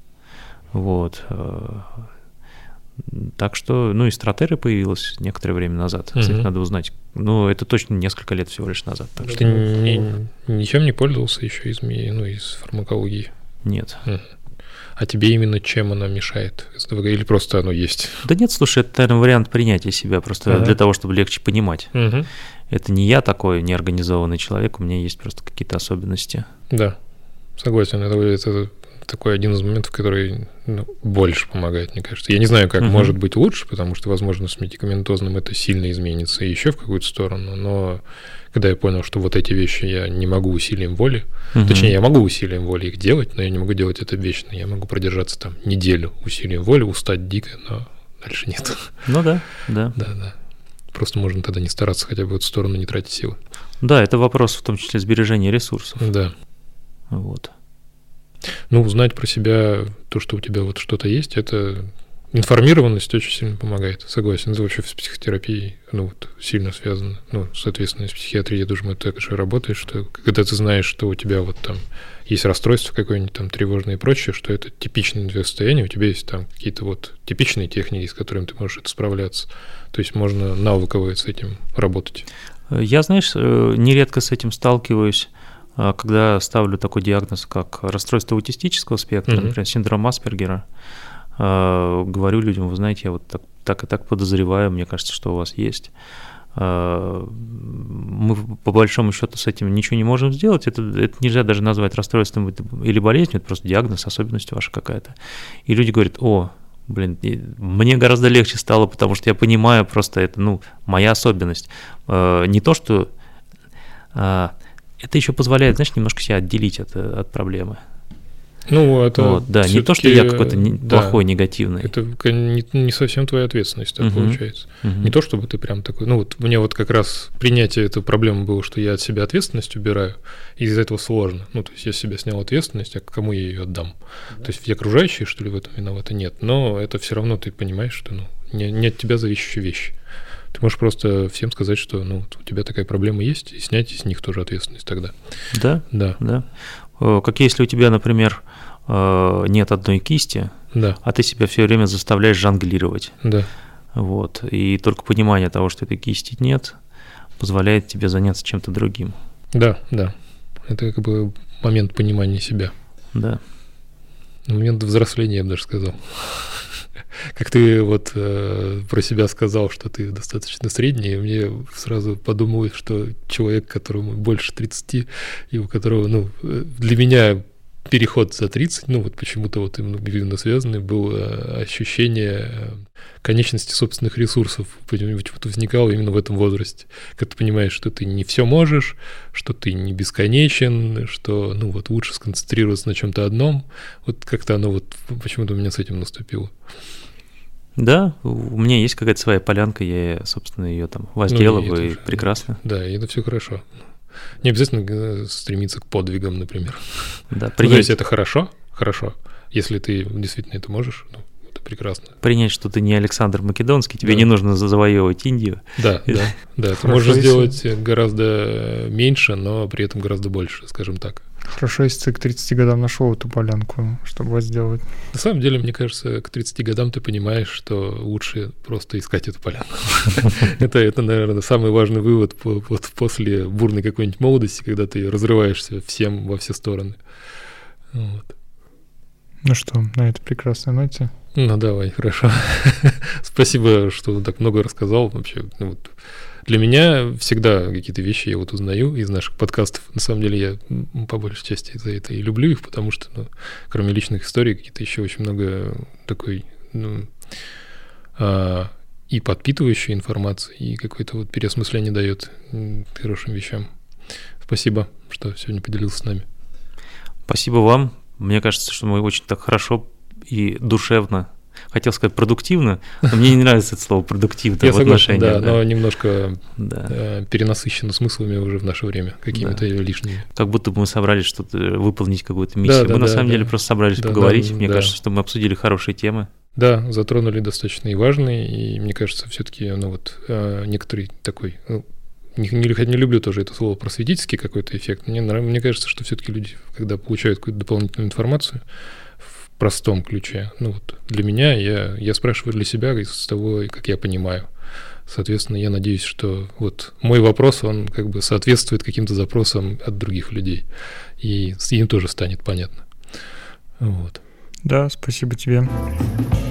Так что, и Стратеры появилась некоторое время назад. Кстати, надо узнать. Это точно несколько лет всего лишь назад. Так что... Ты ничем не пользовался еще из фармакологии? Нет. А тебе именно чем она мешает? СДВГ или просто оно есть? Да нет, слушай, это, наверное, вариант принятия себя, просто для того, чтобы легче понимать. Это не я такой неорганизованный человек, у меня есть просто какие-то особенности. Да, согласен, это такой один из моментов, который больше помогает, мне кажется. Я не знаю, как может быть лучше, потому что, возможно, с медикаментозным это сильно изменится еще в какую-то сторону, но когда я понял, что вот эти вещи я не могу усилием воли, точнее, я могу усилием воли их делать, но я не могу делать это вечно. Я могу продержаться там неделю усилием воли, устать дико, но дальше нет. Да. Просто можно тогда не стараться хотя бы в эту сторону, не тратить силы. Да, это вопрос в том числе сбережения ресурсов. Да. Узнать про себя, то, что у тебя что-то есть, это информированность очень сильно помогает. Согласен, это вообще с психотерапией сильно связано. Соответственно, с психиатрией, я думаю, ты так же работаешь, что когда ты знаешь, что у тебя там есть расстройство какое-нибудь там тревожное и прочее, что это типичное твое состояние, у тебя есть там какие-то типичные техники, с которыми ты можешь справляться. То есть можно навыково с этим работать. Я, знаешь, нередко с этим сталкиваюсь, когда ставлю такой диагноз, как расстройство аутистического спектра, например, синдром Аспергера. Говорю людям, вы знаете, я так и так подозреваю, мне кажется, что у вас есть. Мы по большому счету с этим ничего не можем сделать, это нельзя даже назвать расстройством или болезнью, это просто диагноз, особенность ваша какая-то. И люди говорят, мне гораздо легче стало, потому что я понимаю просто это, моя особенность. Не то, что... Это еще позволяет, немножко себя отделить от проблемы. Ну, это Вот, да, не то, что я какой-то плохой, негативный. Это не совсем твоя ответственность, так получается. Не то, чтобы ты прям такой... Ну, вот мне вот как раз принятие этой проблемы было, что я от себя ответственность убираю, и из-за этого сложно. Ну, то есть я с себя снял ответственность, а кому я ее отдам? То есть окружающие, что ли, в этом виноваты? Нет. Но это все равно ты понимаешь, что не от тебя зависящие вещи. Ты можешь просто всем сказать, что у тебя такая проблема есть, и снять с них тоже ответственность тогда. Да? Да. Как если у тебя, например, нет одной кисти, да. а ты себя все время заставляешь жонглировать. Да. Вот. И только понимание того, что этой кисти нет, позволяет тебе заняться чем-то другим. Да. Это как бы момент понимания себя. Да. Момент взросления, я бы даже сказал. Как ты вот про себя сказал, что ты достаточно средний, мне сразу подумалось, что человек, которому больше 30, и у которого, для меня переход за 30, вот почему-то вот именно связанный был ощущение конечности собственных ресурсов, почему-то возникало именно в этом возрасте. Когда ты понимаешь, что ты не все можешь, что ты не бесконечен, что, лучше сконцентрироваться на чем-то одном. Вот как-то оно почему-то у меня с этим наступило. Да, у меня есть какая-то своя полянка, я, собственно, ее там возделываю, и прекрасно. Да, и это все хорошо. Не обязательно стремиться к подвигам, например. Да, То есть это хорошо. Если ты действительно это можешь, это прекрасно. Принять, что ты не Александр Македонский, тебе не нужно завоевывать Индию. Да. Ты можешь сделать гораздо меньше, но при этом гораздо больше, скажем так. Хорошо, если ты к 30 годам нашел эту полянку, чтобы возделывать. На самом деле, мне кажется, к 30 годам ты понимаешь, что лучше просто искать эту полянку. Это, наверное, самый важный вывод после бурной какой-нибудь молодости, когда ты разрываешься всем во все стороны. Ну что, на этой прекрасной ноте? Давай, хорошо. Спасибо, что так много рассказал. Вообще, для меня всегда какие-то вещи я узнаю из наших подкастов. На самом деле я по большей части за это и люблю их, потому что, кроме личных историй, какие-то еще очень много такой, и подпитывающей информации, и какое-то переосмысление дает хорошим вещам. Спасибо, что сегодня поделился с нами. Спасибо вам. Мне кажется, что мы очень так хорошо и душевно, хотел сказать продуктивно, но мне не нравится это слово продуктивно в отношениях. Да, но немножко перенасыщено смыслами уже в наше время, какими-то лишними. Как будто бы мы собрались что-то выполнить, какую-то миссию. Мы на самом деле просто собрались поговорить. Мне кажется, что мы обсудили хорошие темы. Да, затронули достаточно и важные, и мне кажется, все-таки некоторый такой... Не люблю тоже это слово просветительский какой-то эффект. Мне кажется, что все-таки люди, когда получают какую-то дополнительную информацию в простом ключе, для меня, я спрашиваю для себя из того, как я понимаю. Соответственно, я надеюсь, что мой вопрос, он как бы соответствует каким-то запросам от других людей, и им тоже станет понятно. Да, спасибо тебе.